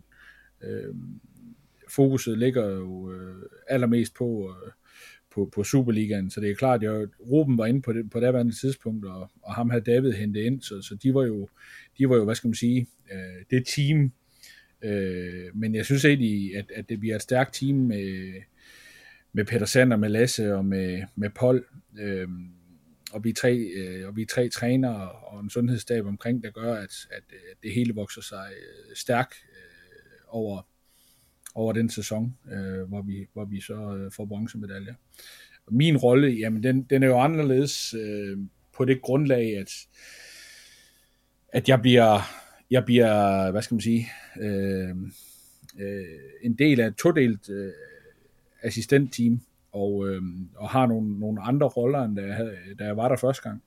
Fokuset ligger jo allermest på Superligaen, så det er klart, at Ruben var inde på det andet tidspunkt, og ham havde David hentet ind, så de var jo, hvad skal man sige, det team. Men jeg synes egentlig, at det bliver et stærkt team med Peter Sander, med Lasse og med Paul, og vi er tre trænere og en sundhedsstab omkring, der gør, at det hele vokser sig stærkt over den sæson, hvor vi så får bronzemedaljer. Min rolle, jamen den er jo anderledes på det grundlag, at jeg bliver, hvad skal man sige, en del af et todelt assistentteam, og har nogle andre roller, end da jeg var der første gang.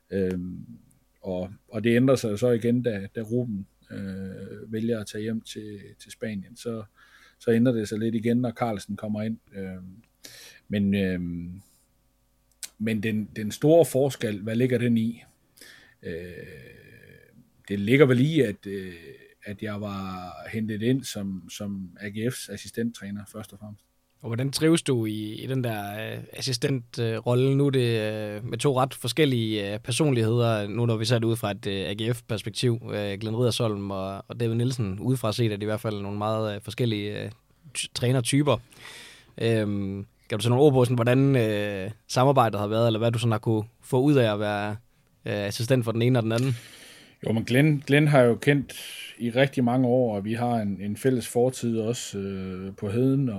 Og det ændrer sig så igen, da Ruben vælger at tage hjem til Spanien. Så ændrer det sig lidt igen, når Carlsen kommer ind. Men den store forskel, hvad ligger den i? Det ligger vel i, at jeg var hentet ind som AGF's assistenttræner, først og fremmest. Og hvordan trives du i den der assistentrolle? Nu er det med 2 ret forskellige personligheder, nu når vi ser det ud fra et AGF-perspektiv. Glenn Riddersholm og David Nielsen, udefra set er det i hvert fald nogle meget forskellige trænertyper. Kan du sætte nogle ord på, sådan, hvordan samarbejdet har været, eller hvad du sådan har kunne få ud af at være assistent for den ene og den anden? Jo, men Glenn har jo kendt i rigtig mange år, og vi har en fælles fortid også på Heden,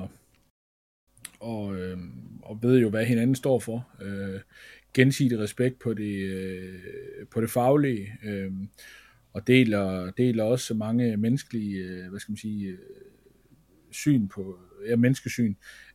og ved jo, hvad hinanden står for. Gensidig respekt på det faglige, og deler også mange menneskelige, hvad skal man sige, syn på, menneskesyn.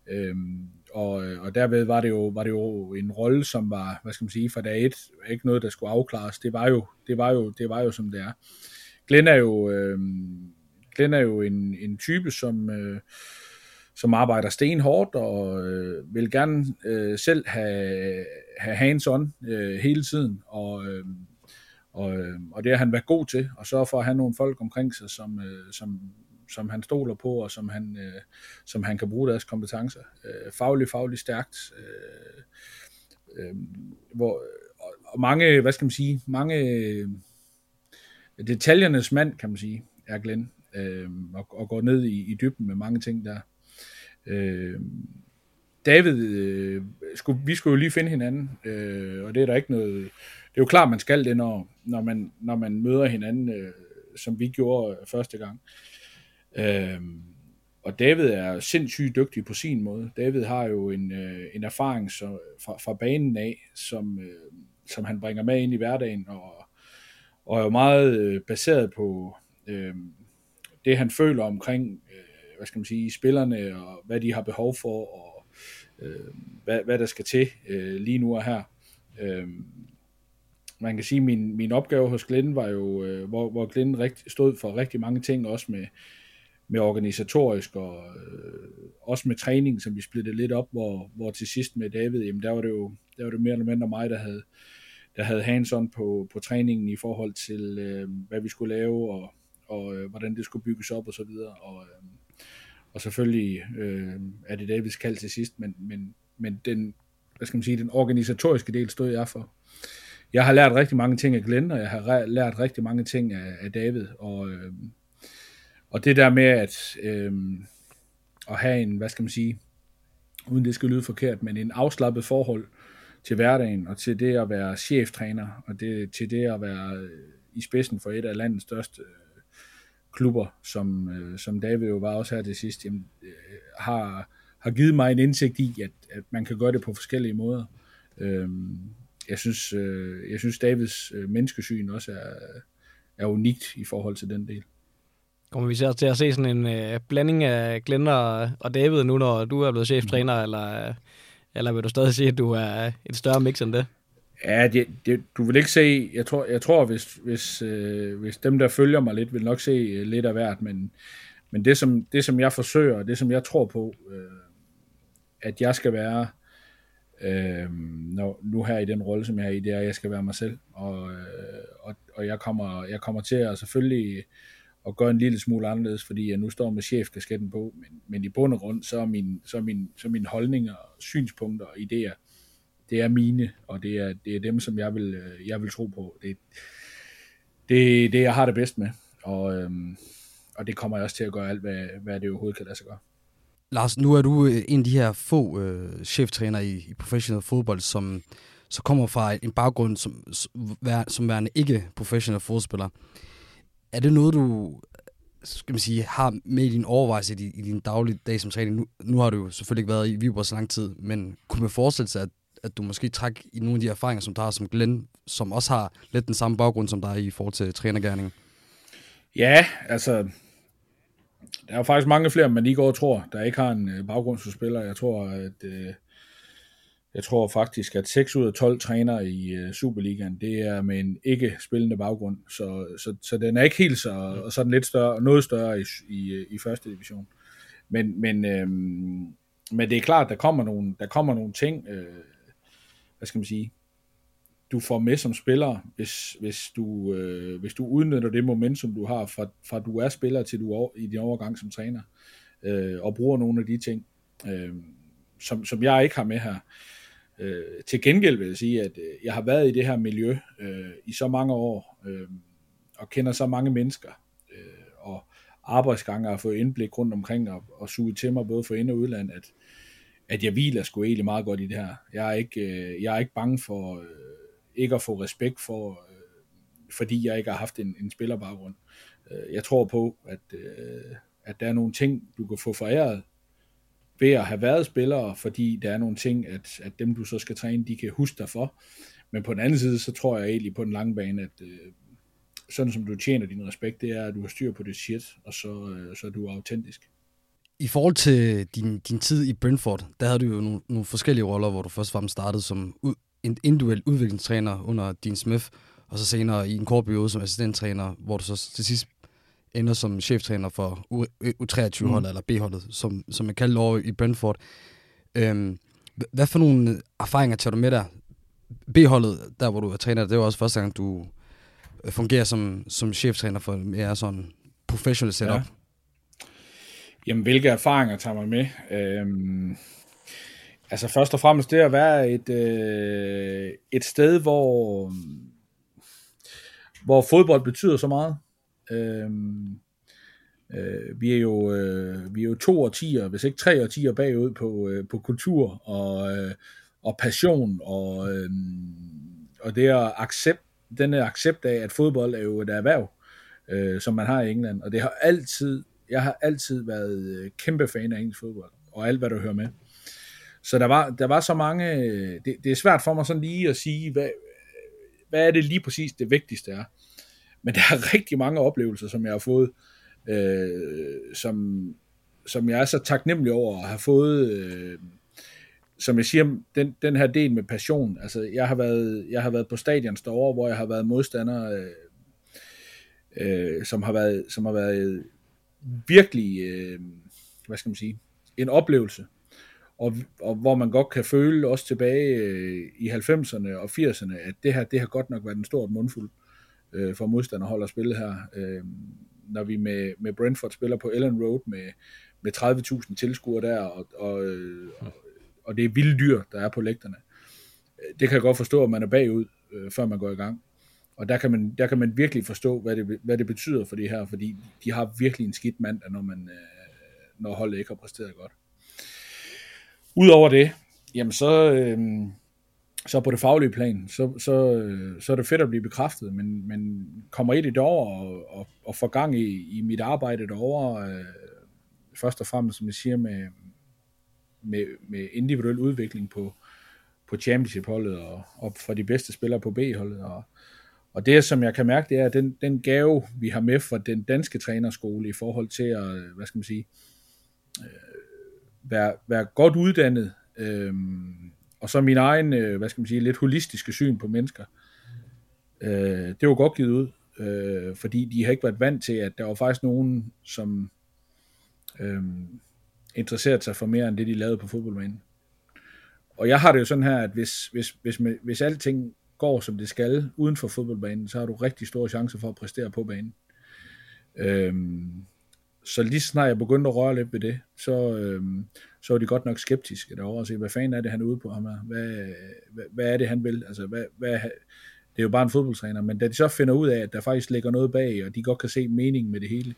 Og derved var det jo en rolle, som var, hvad skal man sige, fra dag et, ikke noget, der skulle afklares. Det var jo som det er. Glenn er jo en type, som arbejder stenhårdt og vil gerne selv have hands-on hele tiden, og det har han været god til, og sørge for at have nogle folk omkring sig, som han stoler på, og som han kan bruge deres kompetencer. Fagligt stærkt. mange, hvad skal man sige, mange detaljernes mand, kan man sige, er Glenn, og går ned i dybden med mange ting der. David, vi skulle jo lige finde hinanden, og det er der ikke noget, det er jo klart, man skal det, når man møder hinanden, som vi gjorde første gang. Og David er sindssygt dygtig på sin måde. David har jo en erfaring fra banen af, som han bringer med ind i hverdagen, og er jo meget baseret på det, han føler omkring, hvad skal man sige, spillerne, og hvad de har behov for, og hvad der skal til lige nu og her. Man kan sige, min opgave hos Glenn var jo, hvor Glenn stod for rigtig mange ting, også med organisatorisk, og også med træning, som vi splittede lidt op, hvor til sidst med David, jamen der var det mere eller mindre mig, der havde hands-on på træningen i forhold til, hvad vi skulle lave, og hvordan det skulle bygges op og så videre. Og selvfølgelig er det Davids kald til sidst, men den, hvad skal man sige, den organisatoriske del stod jeg for. Jeg har lært rigtig mange ting af Glenn, og jeg har lært rigtig mange ting af David, og det der med at have en, hvad skal man sige, uden det skal lyde forkert, men en afslappet forhold til hverdagen, og til det at være cheftræner, og til det at være i spidsen for et af landets største klubber, som David jo var også her til sidst, jamen, har givet mig en indsigt i, at man kan gøre det på forskellige måder. Jeg synes Davids menneskesyn også er unikt i forhold til den del. Kommer vi til at se sådan en blanding af Glenn og David nu, når du er blevet cheftræner, eller vil du stadig sige, at du er et større mix end det? Ja, du vil ikke se, jeg tror hvis dem, der følger mig lidt, vil nok se lidt af hvert, men det som jeg forsøger, det som jeg tror på, at jeg skal være, nu her i den rolle, som jeg er i, det er, at jeg skal være mig selv, og jeg kommer til at selvfølgelig at gøre en lille smule anderledes, fordi jeg nu står med chefkasketten på, men i bund og grund, så er mine holdninger, synspunkter og idéer, det er mine, og det er dem, som jeg vil tro på. Det er det, jeg har det bedst med, og det kommer jeg også til at gøre alt, hvad det overhovedet kan lade sig gøre. Lars, nu er du en af de her få cheftræner i professionel fodbold, som så kommer fra en baggrund som værende ikke professionel fodspiller. Er det noget, du skal man sige, har med i din overvejelse i din daglige dag som træning? Nu har du jo selvfølgelig ikke været i Viborg så lang tid, men kunne man forestille sig, at du måske trækker i nogle af de erfaringer, som der har som Glenn, som også har lidt den samme baggrund, som der er i forhold til trænergerningen? Ja, altså, der er jo faktisk mange flere, man lige går og tror, der ikke har en baggrund som spiller. Jeg tror faktisk, at 6 ud af 12 trænere i Superligaen, det er med en ikke-spillende baggrund. Så den er ikke helt så den lidt større, noget større i første division. Men det er klart, der kommer nogle ting, hvad skal man sige, du får med som spiller, hvis du udnytter det momentum, du har fra du er spiller til du er i din overgang som træner, og bruger nogle af de ting, som jeg ikke har med her. Til gengæld vil jeg sige, at jeg har været i det her miljø i så mange år, og kender så mange mennesker, og arbejdsgange har fået indblik rundt omkring, og suget til mig både for ind- og udland, at jeg hviler sgu egentlig meget godt i det her. Jeg er ikke bange for ikke at få respekt for, fordi jeg ikke har haft en spillerbaggrund. Jeg tror på, at der er nogle ting, du kan få foræret ved at have været spillere, fordi der er nogle ting, at dem du så skal træne, de kan huske dig for. Men på den anden side, så tror jeg egentlig på den lange bane, at sådan som du tjener din respekt, det er, at du har styr på det shit, og så er du autentisk. I forhold til din tid i Brentford, der havde du jo nogle forskellige roller, hvor du først og fremmest startede som en individuel udviklingstræner under Dean Smith, og så senere i en kort periode som assistenttræner, hvor du så til sidst ender som cheftræner for U23-holdet, eller B-holdet, som man kalder over i Brentford. Hvad for nogle erfaringer tager du med dig? B-holdet, der hvor du er træner, det var også første gang, du fungerer som cheftræner for mere sådan professional setup. Ja. Jamen, hvilke erfaringer tager man med? Altså først og fremmest det at være et sted, hvor fodbold betyder så meget. Vi er jo 2 årtier, hvis ikke 3 årtier bagud på kultur og passion og det at denne accept af, at fodbold er jo et erhverv, som man har i England. Og jeg har altid været kæmpe fan af engelsk fodbold, og alt hvad der hører med. Så der var så mange, det er svært for mig sådan lige at sige, hvad er det lige præcis det vigtigste er. Men der er rigtig mange oplevelser, som jeg har fået, som jeg er så taknemmelig over at have fået, som jeg siger, den her del med passion. Altså, jeg har været på stadions derovre, hvor jeg har været modstander, som har været virkelig, hvad skal man sige, en oplevelse. Og hvor man godt kan føle også tilbage i 90'erne og 80'erne, at det har godt nok været en stor mundfuld for modstanderhold at spille her. Når vi med Brentford spiller på Ellen Road med 30.000 tilskuere der, og det er vilde dyr, der er på lægterne. Det kan jeg godt forstå, at man er bagud, før man går i gang. Og der kan man virkelig forstå, hvad det betyder for det her, fordi de har virkelig en skidt mandag, når holdet ikke har præsteret godt. Udover det, jamen så på det faglige plan, så er det fedt at blive bekræftet, men kommer ind i derovre og får gang i mit arbejde derovre, først og fremmest, som jeg siger, med individuel udvikling på championship-holdet og for de bedste spillere på B-holdet. Og det, som jeg kan mærke, det er, at den gave, vi har med fra den danske trænerskole i forhold til at, hvad skal man sige, være godt uddannet, og så min egen, hvad skal man sige, lidt holistiske syn på mennesker. Det var godt givet ud, fordi de har ikke været vant til, at der var faktisk nogen, som interesserede sig for mere end det, de lavede på fodboldbanen. Og jeg har det jo sådan her, at hvis alting går, som det skal, uden for fodboldbanen, så har du rigtig store chancer for at præstere på banen. Så lige snart jeg begyndte at røre lidt ved det, så var de godt nok skeptiske derovre og sige, hvad fanden er det, han er ude på ham her? Hvad er det, han vil? Altså, det er jo bare en fodboldtræner, men da de så finder ud af, at der faktisk ligger noget bag, og de godt kan se meningen med det hele,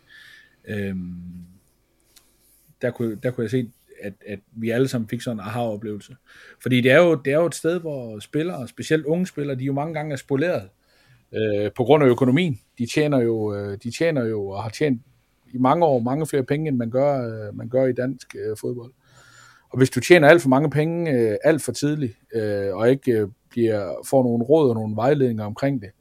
der kunne jeg se, at vi alle sammen fik sådan en aha-oplevelse. Fordi det er jo et sted, hvor spillere, specielt unge spillere, de jo mange gange er spoleret på grund af økonomien. De tjener jo og har tjent i mange år mange flere penge, end man gør i dansk fodbold. Og hvis du tjener alt for mange penge alt for tidligt, og ikke får nogle råd og nogle vejledninger omkring det,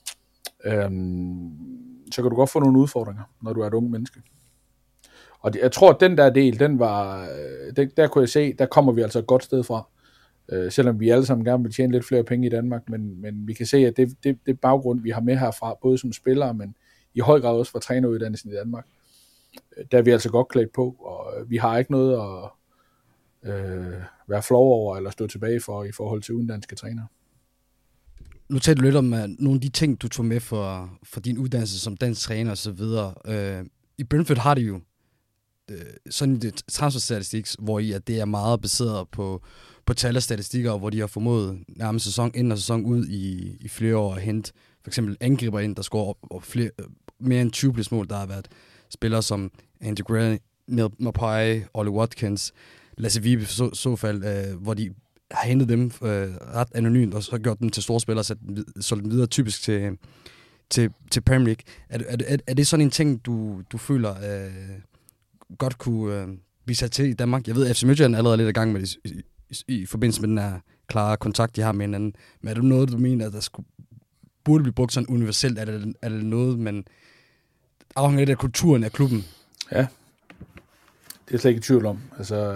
så kan du godt få nogle udfordringer, når du er et ungt menneske. Og jeg tror, at den der del, der kunne jeg se, der kommer vi altså et godt sted fra. Selvom vi alle sammen gerne vil tjene lidt flere penge i Danmark, men vi kan se, at det baggrund, vi har med herfra, både som spillere, men i høj grad også fra træneruddannelsen i Danmark, der er vi altså godt klædt på, og vi har ikke noget at være flov over eller stå tilbage for i forhold til udenlandske trænere. Nu talte du lidt om nogle af de ting, du tog med for din uddannelse som dansk træner og så videre. I Brentford har de jo sådan et transferstatistik, hvor at det er meget baseret på tal og statistikker, hvor de har formået nærmest sæson ind og sæson ud i flere år at hente for eksempel angriber ind, der scorer mere end 20 plus mål. Der har været spillere som Andy Gray, Neil Maupay, Ollie Watkins, Lasse Vibe så fald, hvor de har hentet dem ret anonymt, og så gjort dem til store spillere, solgt dem videre typisk til Premier League. Er det sådan en ting, du føler godt kunne blive sat til i Danmark? Jeg ved, at FC Midtjylland er allerede lidt i gang med det i forbindelse med den her klare kontakt, de har med hinanden. Men er det noget, du mener, at der burde blive brugt sådan universelt? Er det noget, man afhænger lidt af kulturen af klubben? Ja, det er slet ikke i tvivl om. Altså,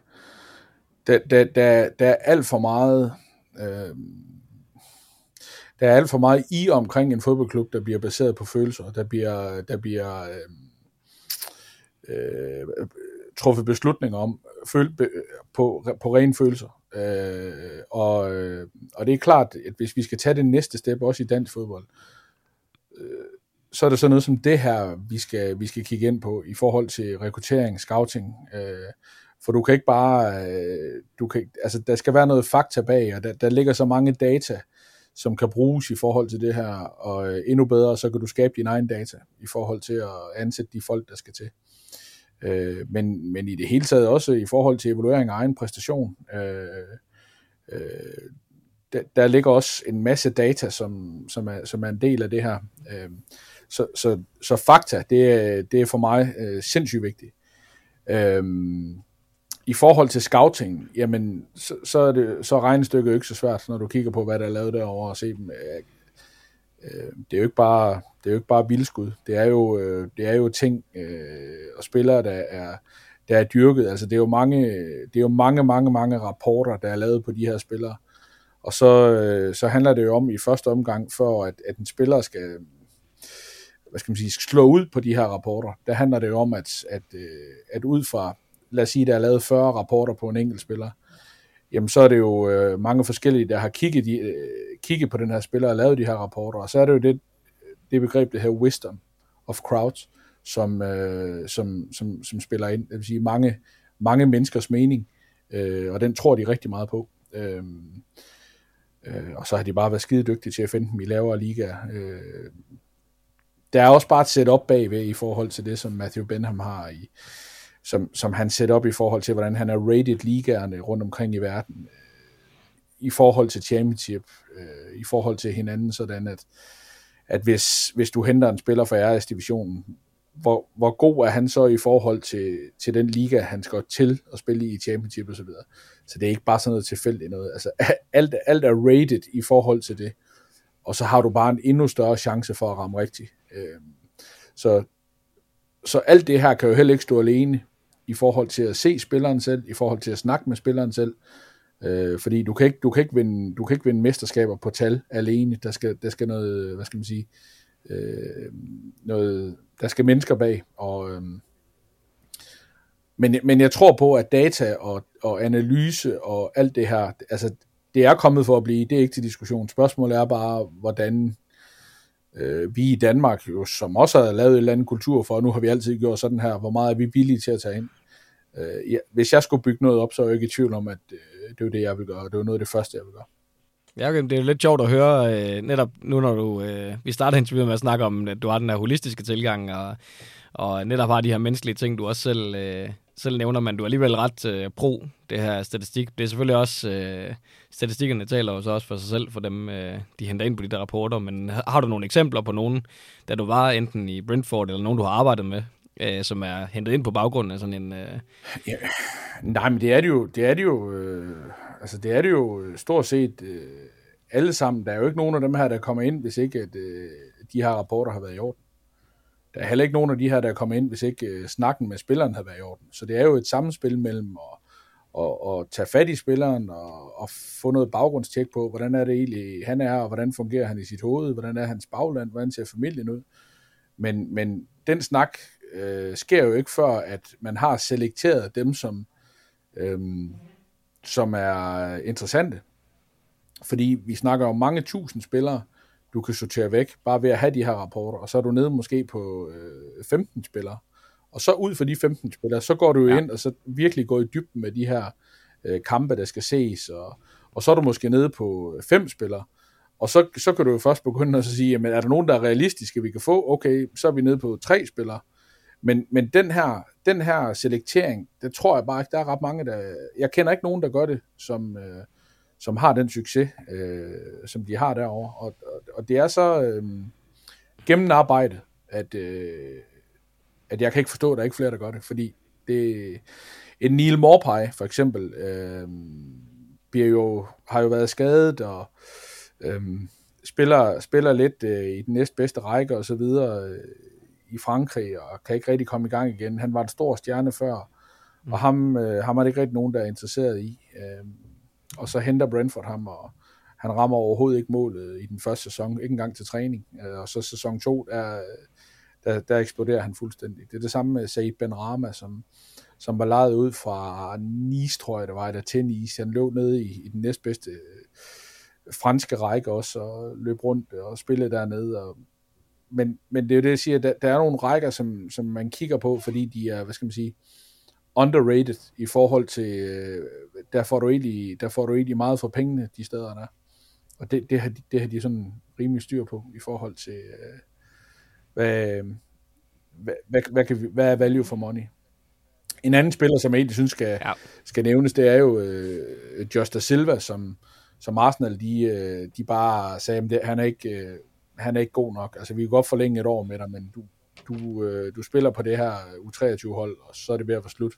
der er alt for meget der er alt for meget i omkring en fodboldklub, der bliver baseret på følelser, der bliver truffet beslutninger om på rene følelser. Og det er klart, at hvis vi skal tage det næste step også i dansk fodbold, så er det sådan noget som det her, vi skal kigge ind på i forhold til rekruttering, scouting, For du kan ikke bare, altså der skal være noget fakta bag, og der ligger så mange data, som kan bruges i forhold til det her, og endnu bedre, så kan du skabe dine egne data, i forhold til at ansætte de folk, der skal til. Men i det hele taget også i forhold til evaluering af egen præstation, der ligger også en masse data, som er en del af det her. Så fakta, det er for mig sindssygt vigtigt. I forhold til scouting, jamen, så er regnestykket jo ikke så svært, når du kigger på, hvad der er lavet derovre, og se dem. Det er jo ikke bare vildskud. Det er jo ting og spillere, der er dyrket. Altså, det er jo mange rapporter, der er lavet på de her spillere. Og så handler det jo om i første omgang, for at en spiller skal, slå ud på de her rapporter. Der handler det jo om, at ud fra, lad os sige, der er lavet 40 rapporter på en enkelt spiller, jamen så er det jo mange forskellige, der har kigget på den her spiller og lavet de her rapporter, og så er det jo det begreb, det her wisdom of crowds, som spiller ind. Det vil sige mange menneskers mening, og den tror de rigtig meget på. Og så har de bare været skide dygtige til at finde dem i lavere ligaer. Der er også bare et setup bagved i forhold til det, som Matthew Benham har som han sætter op i forhold til, hvordan han er rated ligaerne rundt omkring i verden, i forhold til championship, i forhold til hinanden, sådan at hvis du henter en spiller fra RS-divisionen, hvor god er han så i forhold til den liga, han skal til at spille i championship og så videre. Så det er ikke bare sådan noget tilfældigt noget. Altså, alt er rated i forhold til det, og så har du bare en endnu større chance for at ramme rigtigt. Så alt det her kan jo heller ikke stå alene i forhold til at se spilleren selv, i forhold til at snakke med spilleren selv, fordi du kan ikke vinde mesterskaber på tal alene. Der skal noget, hvad skal man sige, der skal mennesker bag, men jeg tror på, at data og analyse og alt det her, altså det er kommet for at blive, det er ikke til diskussion. Spørgsmålet er bare, hvordan vi i Danmark, jo, som også har lavet et eller andet kultur for, og nu har vi altid gjort sådan her, hvor meget er vi villige til at tage ind. Hvis jeg skulle bygge noget op, så er jeg ikke i tvivl om, at det er det, jeg vil gøre, og det er noget af det første, jeg vil gøre. Ja, okay, det er jo lidt sjovt at høre, netop nu, når vi starter interviewet med at snakke om, at du har den her holistiske tilgang, og netop har de her menneskelige ting, du også selv nævner, men du er alligevel ret pro det her statistik. Det er selvfølgelig også, statistikkerne taler jo så også for sig selv, for dem, de henter ind på de der rapporter, men har du nogle eksempler på nogen, da du var enten i Brentford, eller nogen, du har arbejdet med, som er hentet ind på baggrund af sådan en... Ja, nej, men det er det jo stort set alle sammen. Der er jo ikke nogen af dem her, der kommer ind, hvis ikke at, de her rapporter har været i orden. Der er heller ikke nogen af de her, der kommer ind, hvis ikke snakken med spilleren har været i orden. Så det er jo et sammenspil mellem at tage fat i spilleren og få noget baggrundstjek på, hvordan er det egentlig, han er, og hvordan fungerer han i sit hoved, hvordan er hans bagland, hvordan ser familien ud. Men den snak sker jo ikke før, at man har selekteret dem, som er interessante. Fordi vi snakker om mange tusind spillere, du kan sortere væk, bare ved at have de her rapporter, og så er du nede måske på 15 spillere. Og så ud for de 15 spillere, så går du jo ind, og så virkelig går i dybden med de her kampe, der skal ses, og så er du måske nede på 5 spillere. Og så kan du jo først begynde at sige, jamen er der nogen, der er realistiske, vi kan få? Okay, så er vi nede på 3 spillere. Men den her selektering, det tror jeg bare ikke, der er ret mange, der... Jeg kender ikke nogen, der gør det, som har den succes, som de har derovre. Og det er så gennemarbejdet, at jeg kan ikke forstå, at der er ikke flere, der gør det. Fordi en Neil Maupay, for eksempel, har jo været skadet, og spiller lidt i den næstbedste række, og så videre i Frankrig, og kan ikke rigtig komme i gang igen. Han var en stor stjerne før, og ham er det ikke rigtig nogen, der er interesseret i. Og så henter Brentford ham, og han rammer overhovedet ikke målet i den første sæson, ikke engang til træning. Og så sæson 2, der eksploderer han fuldstændig. Det er det samme med Said Benrahma, som var lejet ud fra Nice, tror jeg det var, til Nice. Han løb nede i den næstbedste franske række også, og løb rundt og spillede dernede. Men det er jo det, jeg siger, der er nogle rækker, som man kigger på, fordi de er, hvad skal man sige, underrated i forhold til, der får du egentlig meget for pengene, de steder der. Og det har de sådan rimelig styr på i forhold til, hvad er value for money. En anden spiller, som jeg egentlig synes skal nævnes, det er jo Josh Da Silva, som Arsenal, de bare sagde, at han er ikke god nok. Altså, vi kan godt forlænge et år med dig, men du spiller på det her U23-hold, og så er det ved at være slut.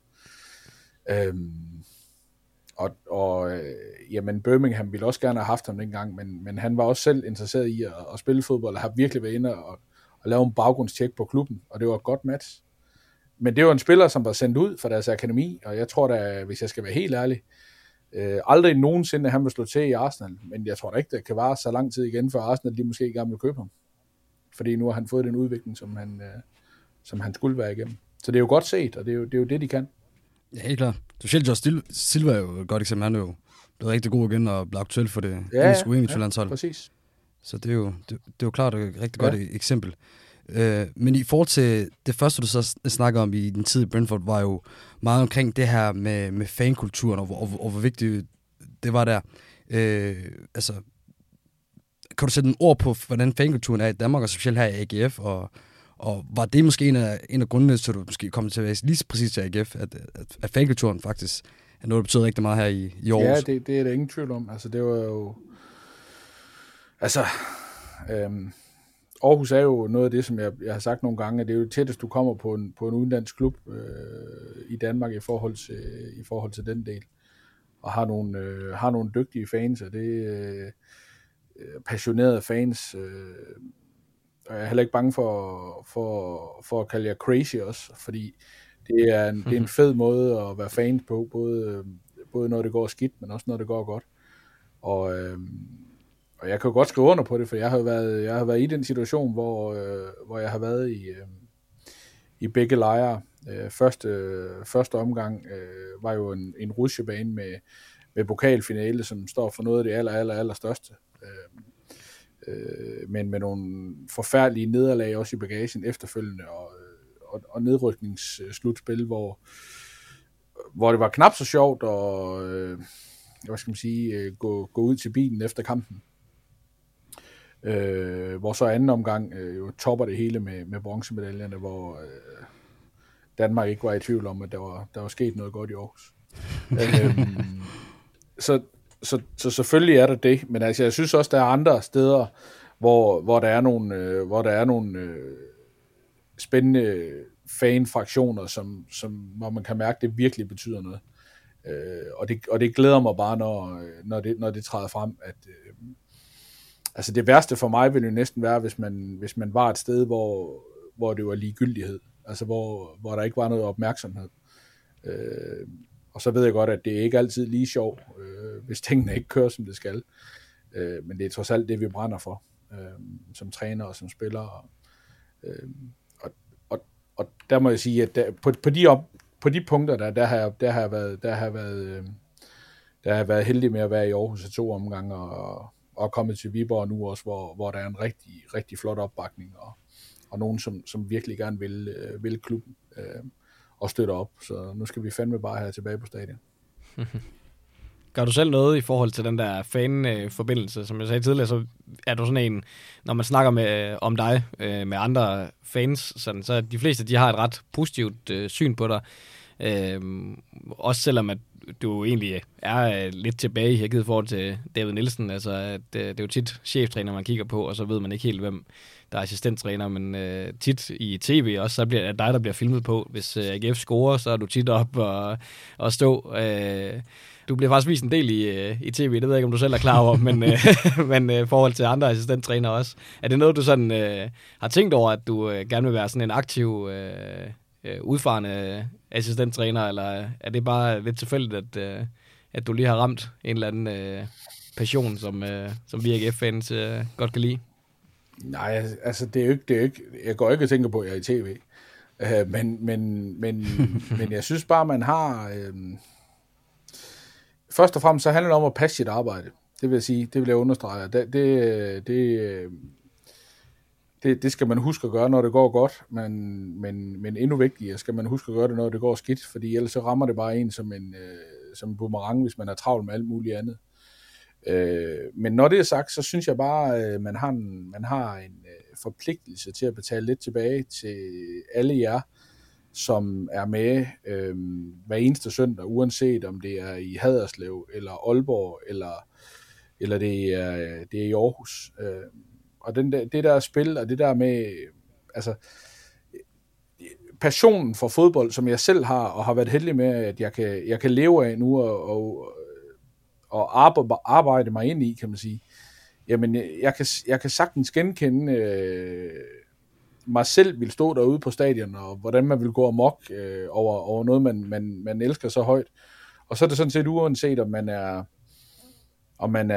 Jamen, Birmingham ville også gerne have haft ham dengang, men han var også selv interesseret i at spille fodbold, og har virkelig været inde og lave en baggrundstjek på klubben, og det var et godt match. Men det var en spiller, som var sendt ud fra deres akademi, og jeg tror da, hvis jeg skal være helt ærlig, aldrig nogensinde han vil slå til i Arsenal, men jeg tror da ikke, det kan vare så lang tid igen, for Arsenal de måske gerne vil købe ham. Fordi nu har han fået den udvikling, som han skulle være igennem. Så det er jo godt set, og det er jo det, de kan. Ja, helt klart. Specielt Josh Silva er jo et godt eksempel. Han er jo blevet rigtig god igen og blevet aktuel for det engelske U21-landshold. Præcis. Så det er jo klart et rigtig godt eksempel. Men i forhold til det første, du så snakker om i den tid i Brentford, var jo meget omkring det her med fankulturen, og hvor vigtigt det var der. Altså, kan du sætte en ord på, hvordan fankulturen er i Danmark, og specielt her i AGF, og var det måske en af grundene, så du måske kom til at være lige præcis til AGF, at fankulturen faktisk er noget, der betyder rigtig meget her i Aarhus? Ja, det er der ingen tvivl om. Altså, det var jo... Altså... Aarhus er jo noget af det, som jeg har sagt nogle gange, at det er jo tættest, du kommer på en udenlandsk klub i Danmark i forhold til den del. Og har nogle dygtige fans, og det er passionerede fans. Og jeg er heller ikke bange for at kalde jer crazy også, fordi det er en fed måde at være fan på, både når det går skidt, men også når det går godt. Og jeg kan jo godt skrive under på det, for jeg har været i den situation, hvor jeg har været i begge lejre. Første omgang var jo en rutsjebane med pokalfinale, som står for noget af det aller største. Men med nogle forfærdelige nederlag også i bagagen efterfølgende, og nedrykningsslutspil, hvor det var knap så sjovt at gå ud til bilen efter kampen. Hvor så anden omgang jo topper det hele med bronzemedaljerne, hvor Danmark ikke var i tvivl om, at der var sket noget godt i Aarhus. Så selvfølgelig er der det, men altså, jeg synes også, der er andre steder, hvor der er nogle spændende fanfraktioner, hvor man kan mærke, at det virkelig betyder noget. Og det glæder mig bare, når det træder frem, at altså det værste for mig ville jo næsten være, hvis man var et sted, hvor det var ligegyldighed, altså hvor der ikke var noget opmærksomhed. Og så ved jeg godt, at det ikke altid lige sjovt, hvis tingene ikke kører, som det skal. Men det er trods alt det, vi brænder for, som træner og som spiller. Og der må jeg sige, at på de punkter, der har jeg været heldig med at være i Aarhus i 2 omgange, og kommet til Viborg nu også, hvor der er en rigtig, rigtig flot opbakning, og nogen, som virkelig gerne vil klubben og støtter op. Så nu skal vi fandme bare have tilbage på stadion. Gør du selv noget i forhold til den der fan-forbindelse? Som jeg sagde tidligere, så er du sådan en, når man snakker om dig med andre fans, sådan, så de fleste de har et ret positivt syn på dig. Også selvom at du egentlig er lidt tilbage i hækket i forhold til David Nielsen. Altså, at, det er jo tit cheftræner, man kigger på, og så ved man ikke helt, hvem der er assistenttræner, men tit i tv også, så er det dig, der bliver filmet på. Hvis AGF scorer, så er du tit op og stå. Du bliver faktisk vist en del i tv, det ved jeg ikke, om du selv er klar over, men i forhold til andre assistenttræner også. Er det noget, du sådan har tænkt over, at du gerne vil være sådan en aktiv udfarende assistenttræner, eller er det bare lidt tilfældigt, at du lige har ramt en eller anden passion, som vi AGF-fans godt kan lide? Nej, altså det er jo ikke, jeg går ikke og tænker på, at jeg er i tv, men jeg synes bare, man har... Først og fremmest så handler det om at passe sit arbejde. Det vil jeg sige, det vil jeg understrege. det skal man huske at gøre, når det går godt, men endnu vigtigere skal man huske at gøre det, når det går skidt, fordi ellers så rammer det bare en som en boomerang, hvis man er travl med alt muligt andet. Men når det er sagt, så synes jeg bare, at man har en forpligtelse til at betale lidt tilbage til alle jer, som er med hver eneste søndag, uanset om det er i Haderslev, eller Aalborg, eller det er i Aarhus. Og det der spil, og det der med, altså, passionen for fodbold, som jeg selv har, og har været heldig med, at jeg kan leve af nu, og arbejde mig ind i, kan man sige. Jamen, jeg kan sagtens genkende mig selv vil stå derude på stadion, og hvordan man vil gå amok over noget, man elsker så højt. Og så er det sådan set uanset, om man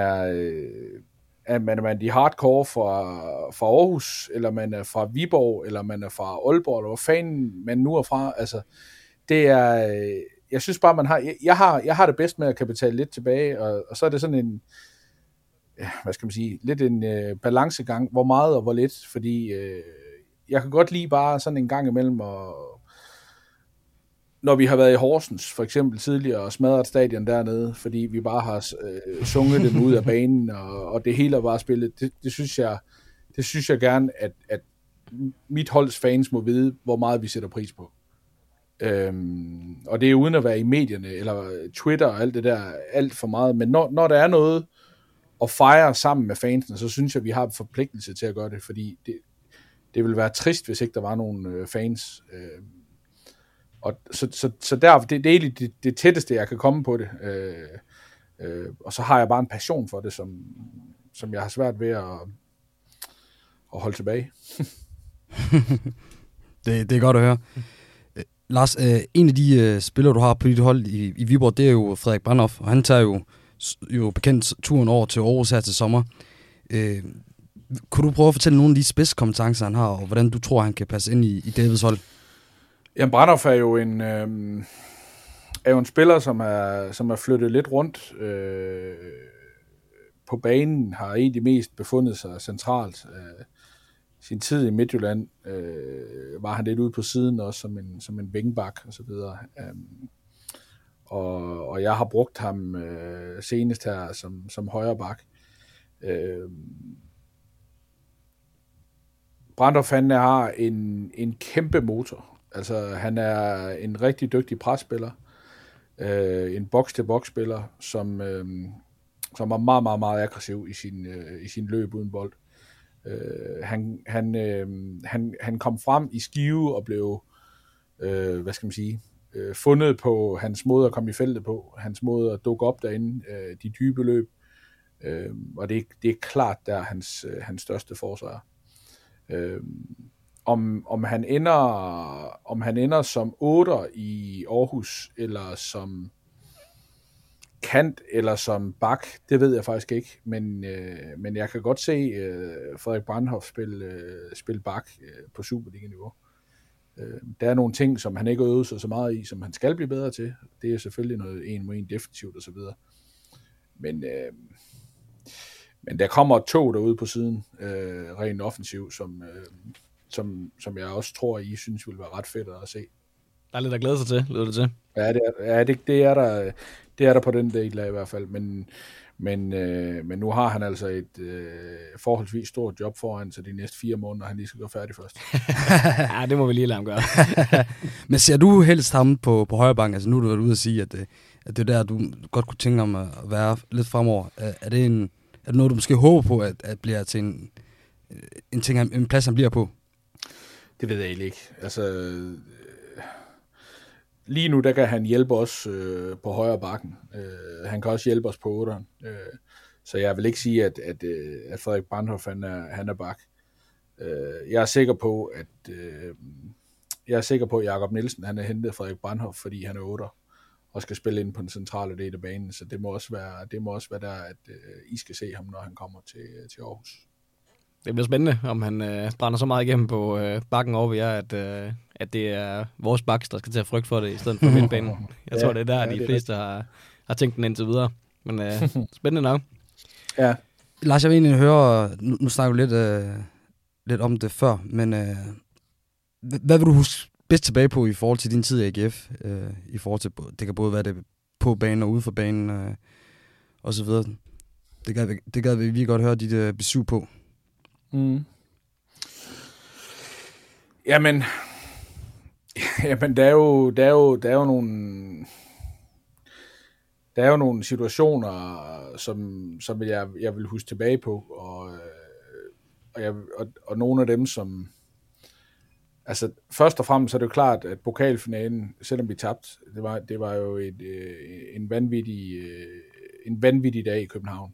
er de hardcore fra Aarhus, eller man er fra Viborg, eller man er fra Aalborg, eller hvor fanden man nu er fra. Altså, det er, jeg synes bare, jeg har det bedst med at kan betale lidt tilbage, og så er det sådan en, hvad skal man sige, lidt en balancegang, hvor meget og hvor lidt, fordi jeg kan godt lide bare sådan en gang imellem, og når vi har været i Horsens, for eksempel tidligere, og smadret stadion dernede, fordi vi bare har sunget dem ud af banen, og det hele er bare spillet, det synes jeg gerne, at mit holds fans må vide, hvor meget vi sætter pris på. Og det er uden at være i medierne, eller Twitter og alt det der, alt for meget, men når der er noget at fejre sammen med fansene, så synes jeg, vi har en forpligtelse til at gøre det, fordi det ville være trist, hvis ikke der var nogen fans. Og så der, det er egentlig det tætteste, jeg kan komme på det. Og så har jeg bare en passion for det, som jeg har svært ved at holde tilbage. det er godt at høre. Lars, en af de spillere, du har på dit hold i Viborg, det er jo Frederik Brandhoff, og han tager jo bekendt turen over til Aarhus her til sommer. Kunne du prøve at fortælle nogle af de spidskompetencer, han har, og hvordan du tror, han kan passe ind i Davids hold? Jamen, Brandhoff er jo en spiller, som er flyttet lidt rundt på banen, har egentlig mest befundet sig centralt. Sin tid i Midtjylland var han lidt ude på siden også som en vingbak og så videre. Og jeg har brugt ham senest her som højre bak. Brandhoff, han har en kæmpe motor. Altså, han er en rigtig dygtig presspiller, en box-til-box-spiller, som er meget, meget, meget aggressiv i sin løb uden bold. Han kom frem i Skive og blev, hvad skal man sige, fundet på hans måde at komme i feltet på, hans måde at dukke op derinde, de dybe løb, og det er klart, der er hans største forsvar. Om han ender som 8'er i Aarhus, eller som kant, eller som bak, det ved jeg faktisk ikke, men jeg kan godt se Frederik Brandhoff spille bak på Superliga-niveau. Der er nogle ting, som han ikke har øvet sig så meget i, som han skal blive bedre til. Det er selvfølgelig noget 1-mod-1 defensivt og så videre. Men der kommer et tog derude på siden, rent offensiv, som jeg også tror, I synes ville være ret fedt at se. Der er lidt at glæde sig til, lyder det til. Ja, det er der på den del af i hvert fald, men nu har han altså et forholdsvis stort job foran sig de næste 4 måneder, han lige skal gå færdig først. Ja, det må vi lige lade ham gøre. Men ser du helst ham på højre bank? Altså nu er du været ude at sige, at det er der, du godt kunne tænke om at være lidt fremover. Er det noget, du måske håber på, at bliver til en plads, han bliver på? Det ved jeg egentlig ikke. Altså, lige nu, der kan han hjælpe os på højre bakken. Han kan også hjælpe os på 8'eren. Så jeg vil ikke sige, at Frederik Brandhoff, han er bak. Jeg er sikker på, at Jakob Nielsen, han har hentet Frederik Brandhoff, fordi han er 8'er og skal spille ind på den centrale del af banen. Så det må også være der, at I skal se ham, når han kommer til Aarhus. Det bliver spændende, om han brænder så meget igennem på bakken over ved jer, at det er vores baks, der skal til at frygte for det, i stedet for midtbanen. Jeg tror, det er der, de fleste har tænkt den indtil videre. Men spændende nok. Ja. Lars, jeg vil egentlig høre, nu snakker vi lidt om det før, men hvad vil du huske bedst tilbage på i forhold til din tid i AGF? I forhold til, det kan både være det på banen og ude for banen og så videre. Det gad vi virkelig godt høre dit besøg på. Mm. Jamen, der er jo nogle situationer, som jeg vil huske tilbage på, og nogle af dem, som altså først og fremmest er det jo klart, at pokalfinalen, selvom vi tabte, det var jo en vanvittig dag i København,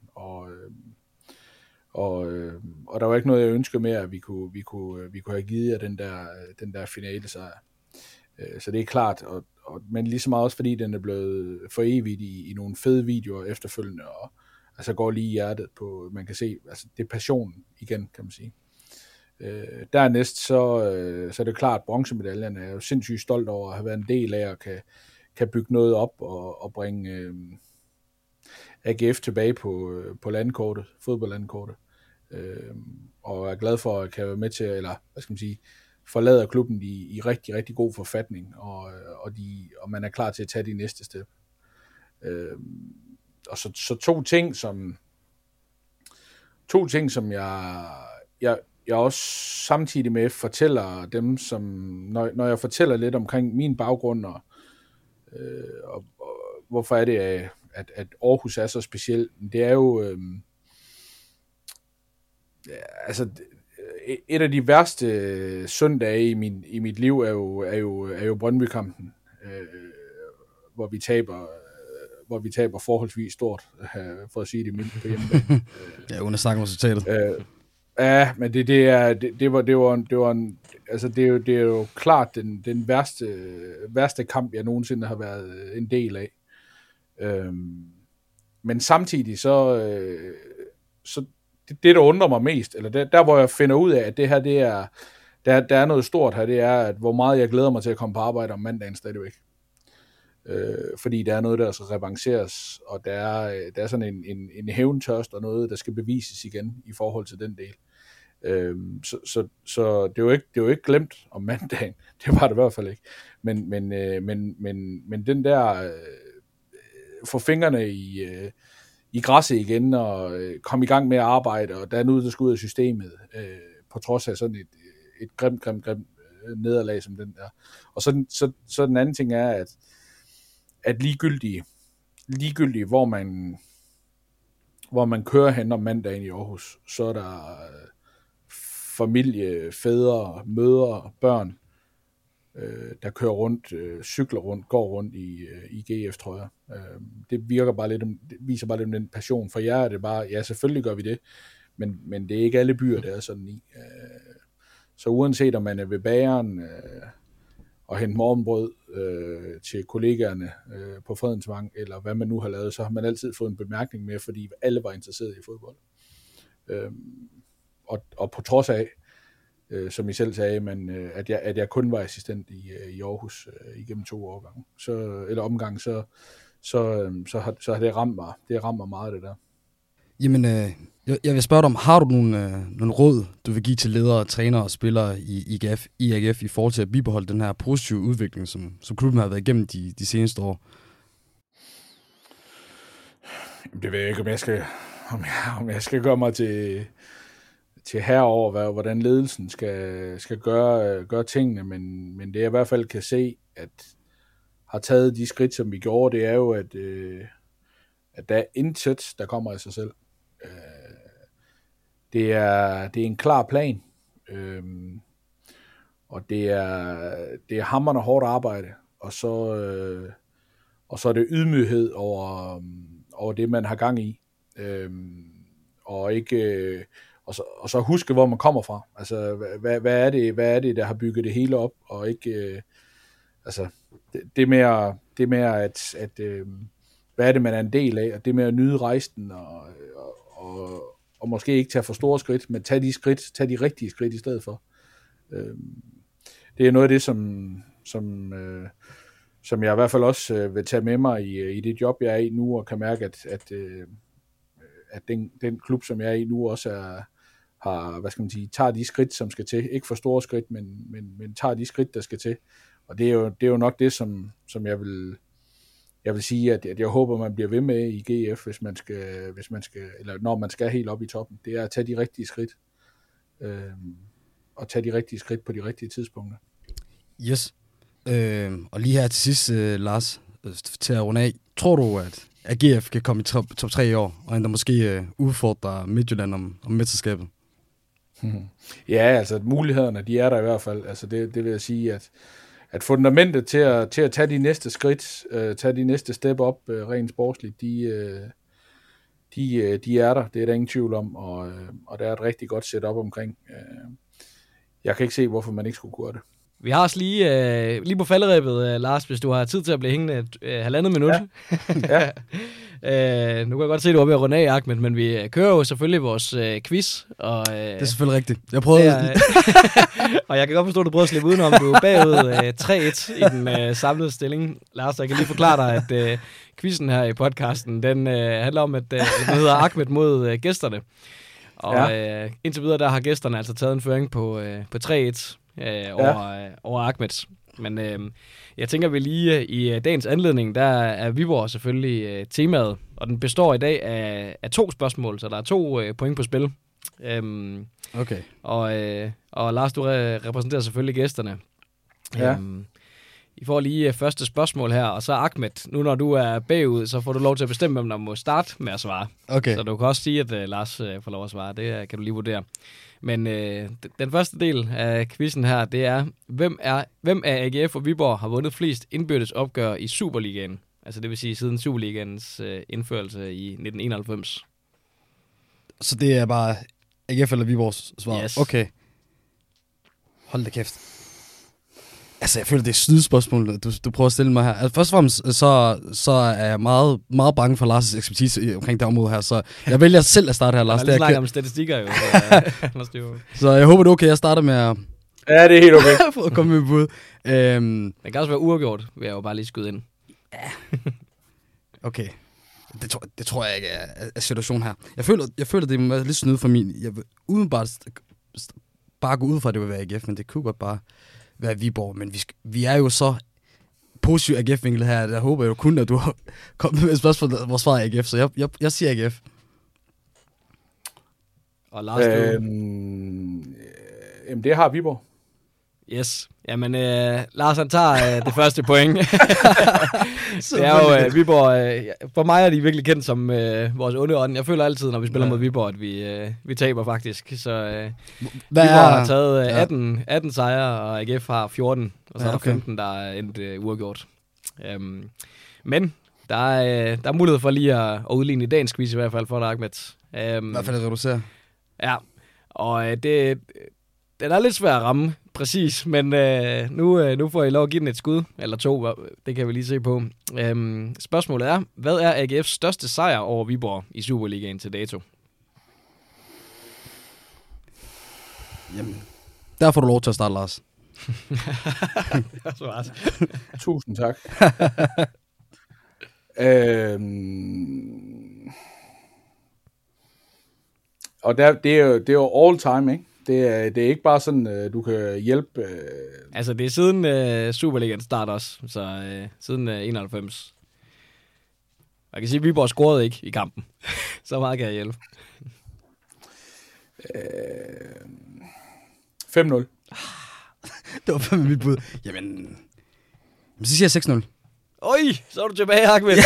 og der var ikke noget, jeg ønskede mere, at vi kunne have givet jer den der finale sejr. Så det er klart, men lige så meget også, fordi den er blevet for evigt i nogle fede videoer efterfølgende, og altså går lige i hjertet på, man kan se, altså det er passionen igen, kan man sige. Dernæst så er det klart, at bronzemedaljen er jo sindssygt stolt over at have været en del af, og kan bygge noget op og bringe AGF tilbage på landkortet, fodboldlandkortet. Og er glad for at kan være med til, eller hvad skal man sige, forlader klubben i rigtig, rigtig god forfatning, og man er klar til at tage de næste step. Og så to ting, som jeg også samtidig med fortæller dem, som, når jeg fortæller lidt omkring min baggrund, og hvorfor er det, at Aarhus er så speciel, det er jo, altså, et af de værste søndage i mit liv er jo Brøndby-kampen, hvor vi taber forholdsvis stort, for at sige det mildt på hjemmebane. Ja, uden at snakke om resultatet. Ja, men det er jo klart den værste kamp, jeg nogensinde har været en del af. Men samtidig så det der undrer mig mest, eller der hvor jeg finder ud af, at det her, der er noget stort her, det er, at hvor meget jeg glæder mig til at komme på arbejde om mandagen stadigvæk. Fordi der er noget, der skal revanceres, og der er sådan en hævntørst og noget, der skal bevises igen i forhold til den del. Så det er jo ikke glemt om mandagen. Det var det i hvert fald ikke. Men den der få fingrene i græsset igen og komme i gang med at arbejde, og der er noget, der skal ud af systemet, på trods af sådan et grimt nederlag som den der. Og så den anden ting er, at ligegyldigt hvor man kører hen om mandagen i Aarhus, så er der familie, fædre, mødre, børn, der kører rundt, cykler rundt, går rundt i GF-trøjer. Det viser bare lidt om den passion. For jer er det bare, ja, selvfølgelig gør vi det, men det er ikke alle byer, der er sådan i. Så uanset om man er ved bageren og hente morgenbrød til kollegaerne på Fredensvang, eller hvad man nu har lavet, så har man altid fået en bemærkning med, fordi alle var interesseret i fodbold. Og på trods af, som I selv sagde, men at jeg kun var assistent i Aarhus igennem 2 årgange, så har det ramt mig. Det ramt mig meget, det der. Jamen, jeg vil spørge dig om, har du nogle råd, du vil give til ledere, trænere og spillere i AGF i forhold til at bibeholde den her positive udvikling, som klubben har været igennem de seneste år? Det ved jeg ikke, om jeg skal gøre mig til herover, hvordan ledelsen skal gøre tingene, men det jeg i hvert fald kan se, at har taget de skridt, som vi gjorde, det er jo, at der er intet, der kommer af sig selv. Det er en klar plan, og det er hamrende hårdt arbejde, og så er det ydmyghed over det, man har gang i, og ikke og så huske, hvor man kommer fra. Altså, hvad er det, der har bygget det hele op, og ikke altså det med at hvad er det, man er en del af, og det med at nyde rejsen, og måske ikke tage for store skridt, men tage de rigtige skridt i stedet for. Det er noget af det, som jeg i hvert fald også vil tage med mig i det job, jeg er i nu, og kan mærke, at den klub, som jeg er i nu, også hvad skal man sige, tager de skridt, som skal til. Ikke for store skridt, men tager de skridt, der skal til. Og det er jo nok det, som jeg vil sige, at jeg håber, man bliver ved med i GF, hvis man skal, eller når man skal helt op i toppen. Det er at tage de rigtige skridt. Og tage de rigtige skridt på de rigtige tidspunkter. Yes. Og lige her til sidst, Lars, til at runde af. Tror du, at GF kan komme i top 3 i år, og endda måske udfordre Midtjylland om mesterskabet? Ja, altså mulighederne, de er der i hvert fald. Altså det vil jeg sige, at fundamentet til at tage de næste skridt, tage de næste step op rent sportsligt, de er der. Det er der ingen tvivl om, og der er et rigtig godt setup omkring. Jeg kan ikke se, hvorfor man ikke skulle gøre det. Vi har også lige på falderæbet, Lars, hvis du har tid til at blive hængende 1,5 minut. Ja. Nu kan jeg godt se, at du er ved at runde af, Ahmed, men vi kører jo selvfølgelig vores quiz. Og, det er selvfølgelig rigtigt. Jeg prøvede og jeg kan godt forstå, at du prøver at slippe udenom. Du er bagud 3-1 i den samlede stilling. Lars, jeg kan lige forklare dig, at quizzen her i podcasten, den handler om, at den hedder Ahmed mod gæsterne. Og indtil videre, der har gæsterne altså taget en føring på 3-1. Over Ahmed. Men jeg tænker, vi lige i dagens anledning, der er Viborg selvfølgelig temaet, og den består i dag af 2 spørgsmål, så der er 2 point på spil. Okay. Og Lars, du repræsenterer selvfølgelig gæsterne. Ja. I får lige første spørgsmål her, og så Ahmed, nu når du er bagud, så får du lov til at bestemme, hvem der må starte med at svare. Okay. Så du kan også sige, at Lars får lov at svare. Det kan du lige vurdere. Men den første del af quizzen her, det er, hvem af AGF og Viborg har vundet flest indbyrdes opgør i Superligaen? Altså det vil sige siden Superligaens indførelse i 1991. Så det er bare AGF eller Viborgs svar? Yes. Okay. Hold da kæft. Altså, jeg føler, det er snydespørgsmål, du prøver at stille mig her. Altså, først og fremmest, så er jeg meget, meget bange for Lars' ekspertise omkring det område her, så jeg vælger selv at starte her, Lars. Jeg har snakket om statistikker jo. Så jeg håber, det er okay, jeg starter med at... Ja, det er helt okay. for at komme med bud. Det kan også være uafgjort, vil jeg jo bare lige skyde ind. Ja. Okay. Det tror jeg ikke er situationen her. Jeg føler, det er lidt snyd for min... Jeg vil udenbart bare gå ud fra, at det vil være AGF, men det kunne godt bare være Viborg. Men vi er jo så positiv AGF-vinkel her, der håber jeg jo kun, at du har kommet med et spørgsmål, hvor svaret er AGF, så jeg siger AGF. Og Lars, jamen, det har Viborg. Yes. Jamen, Lars han tager det første point. Det er jo Viborg. For mig er de virkelig kendt som vores onde ånd. Jeg føler altid, når vi spiller mod Viborg, at vi taber faktisk. Så Viborg har taget 18 sejre, og AGF har 14. Og så er der 15, der er endt uafgjort. Men der er mulighed for lige at udligne i dagens quiz i hvert fald for dig, Ahmed. I hvert fald at reducere. Ja, og den er lidt svær at ramme, præcis, men nu får I lov at give den et skud, eller 2, det kan vi lige se på. Spørgsmålet er, hvad er AGF's største sejr over Viborg i Superligaen til dato? Jamen, der får du lov til at starte, Lars. Tusind tak. Og det er jo all time, ikke? Det er ikke bare sådan, du kan hjælpe... Altså, det er siden Superligaen start også, så siden 91. Jeg kan sige, at Viborg scorede ikke i kampen. Så meget kan jeg hjælpe. 5-0. Det var fandme mit bud. Jamen, så siger jeg 6-0. Oj, så er du tilbage, Ahmed.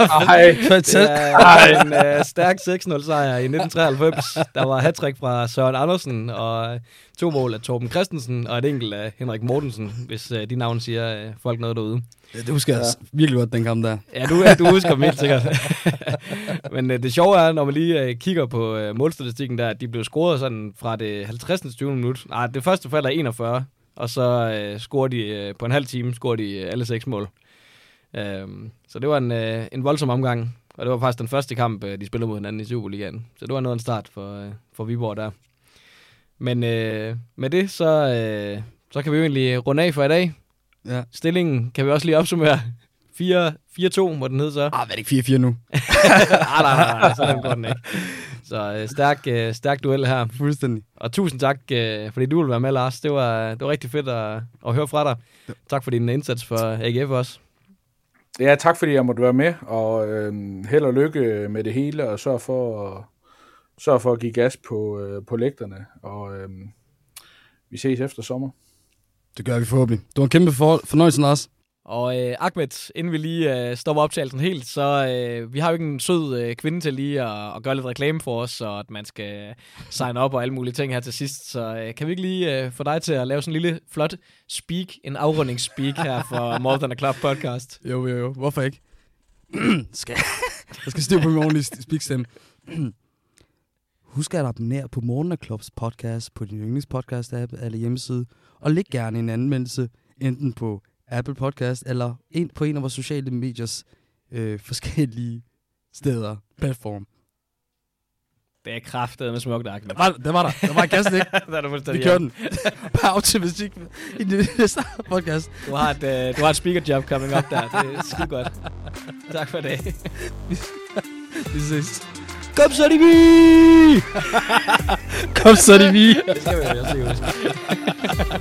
En stærk 6-0-sejr i 1993. Der var hattrick fra Søren Andersen, og 2 mål af Torben Christensen, og et enkelt af Henrik Mortensen, hvis de navne siger folk noget derude. Ja, det husker jeg virkelig godt, den kamp der. Ja, du husker dem helt sikkert. Men det sjove er, når man lige kigger på målstatistikken der, at de blev scoret sådan fra det 50. 20. minut. Nej, det første fald er 41, og så scorer de på en halv time, scorer de alle 6 mål. Så det var en voldsom omgang, og det var faktisk den første kamp, de spillede mod hinanden i Superligaen. Så det var noget af en start for Viborg der. Men med det, så kan vi jo egentlig runde af for i dag. Ja. Stillingen kan vi også lige opsummere. 4-2 må den hedde så. Hvad er det ikke 4-4 nu? nej, sådan går den ikke. Så stærk duel her. Fuldstændig. Og tusind tak, fordi du ville være med, Lars. Det var rigtig fedt at høre fra dig. Tak for din indsats for AGF også. Ja, tak fordi jeg måtte være med, og held og lykke med det hele, og sørg for at give gas på lægterne, og vi ses efter sommer. Det gør vi forhåbentlig. Det var en kæmpe fornøjelse, Lars. Og Ahmed, inden vi lige stopper optagelsen helt, så vi har jo ikke en sød kvinde til lige at gøre lidt reklame for os, og at man skal signe op og alle mulige ting her til sidst. Så kan vi ikke lige få dig til at lave sådan en lille flot speak, en afrundingsspeak her for More Than a Club podcast? Jo. Hvorfor ikke? Jeg skal styre på min ordentlige speakstemme. Husk at abonnere på Morten Clubs podcast på din yndlingspodcast-app eller hjemmeside, og læg gerne en anmeldelse, enten på Apple Podcast eller på en af vores sociale mediers forskellige steder, platform. Det er kraftet med smukt, Ahmed. Der var der. Der var kassen, ikke? Vi kørte den. Bare automatik i det næste podcast. Du har et speaker job coming up der. Det er skide godt. Tak for det. Vi ses. Kom så, de vi! Kom så, de vi! Det skal vi jo se.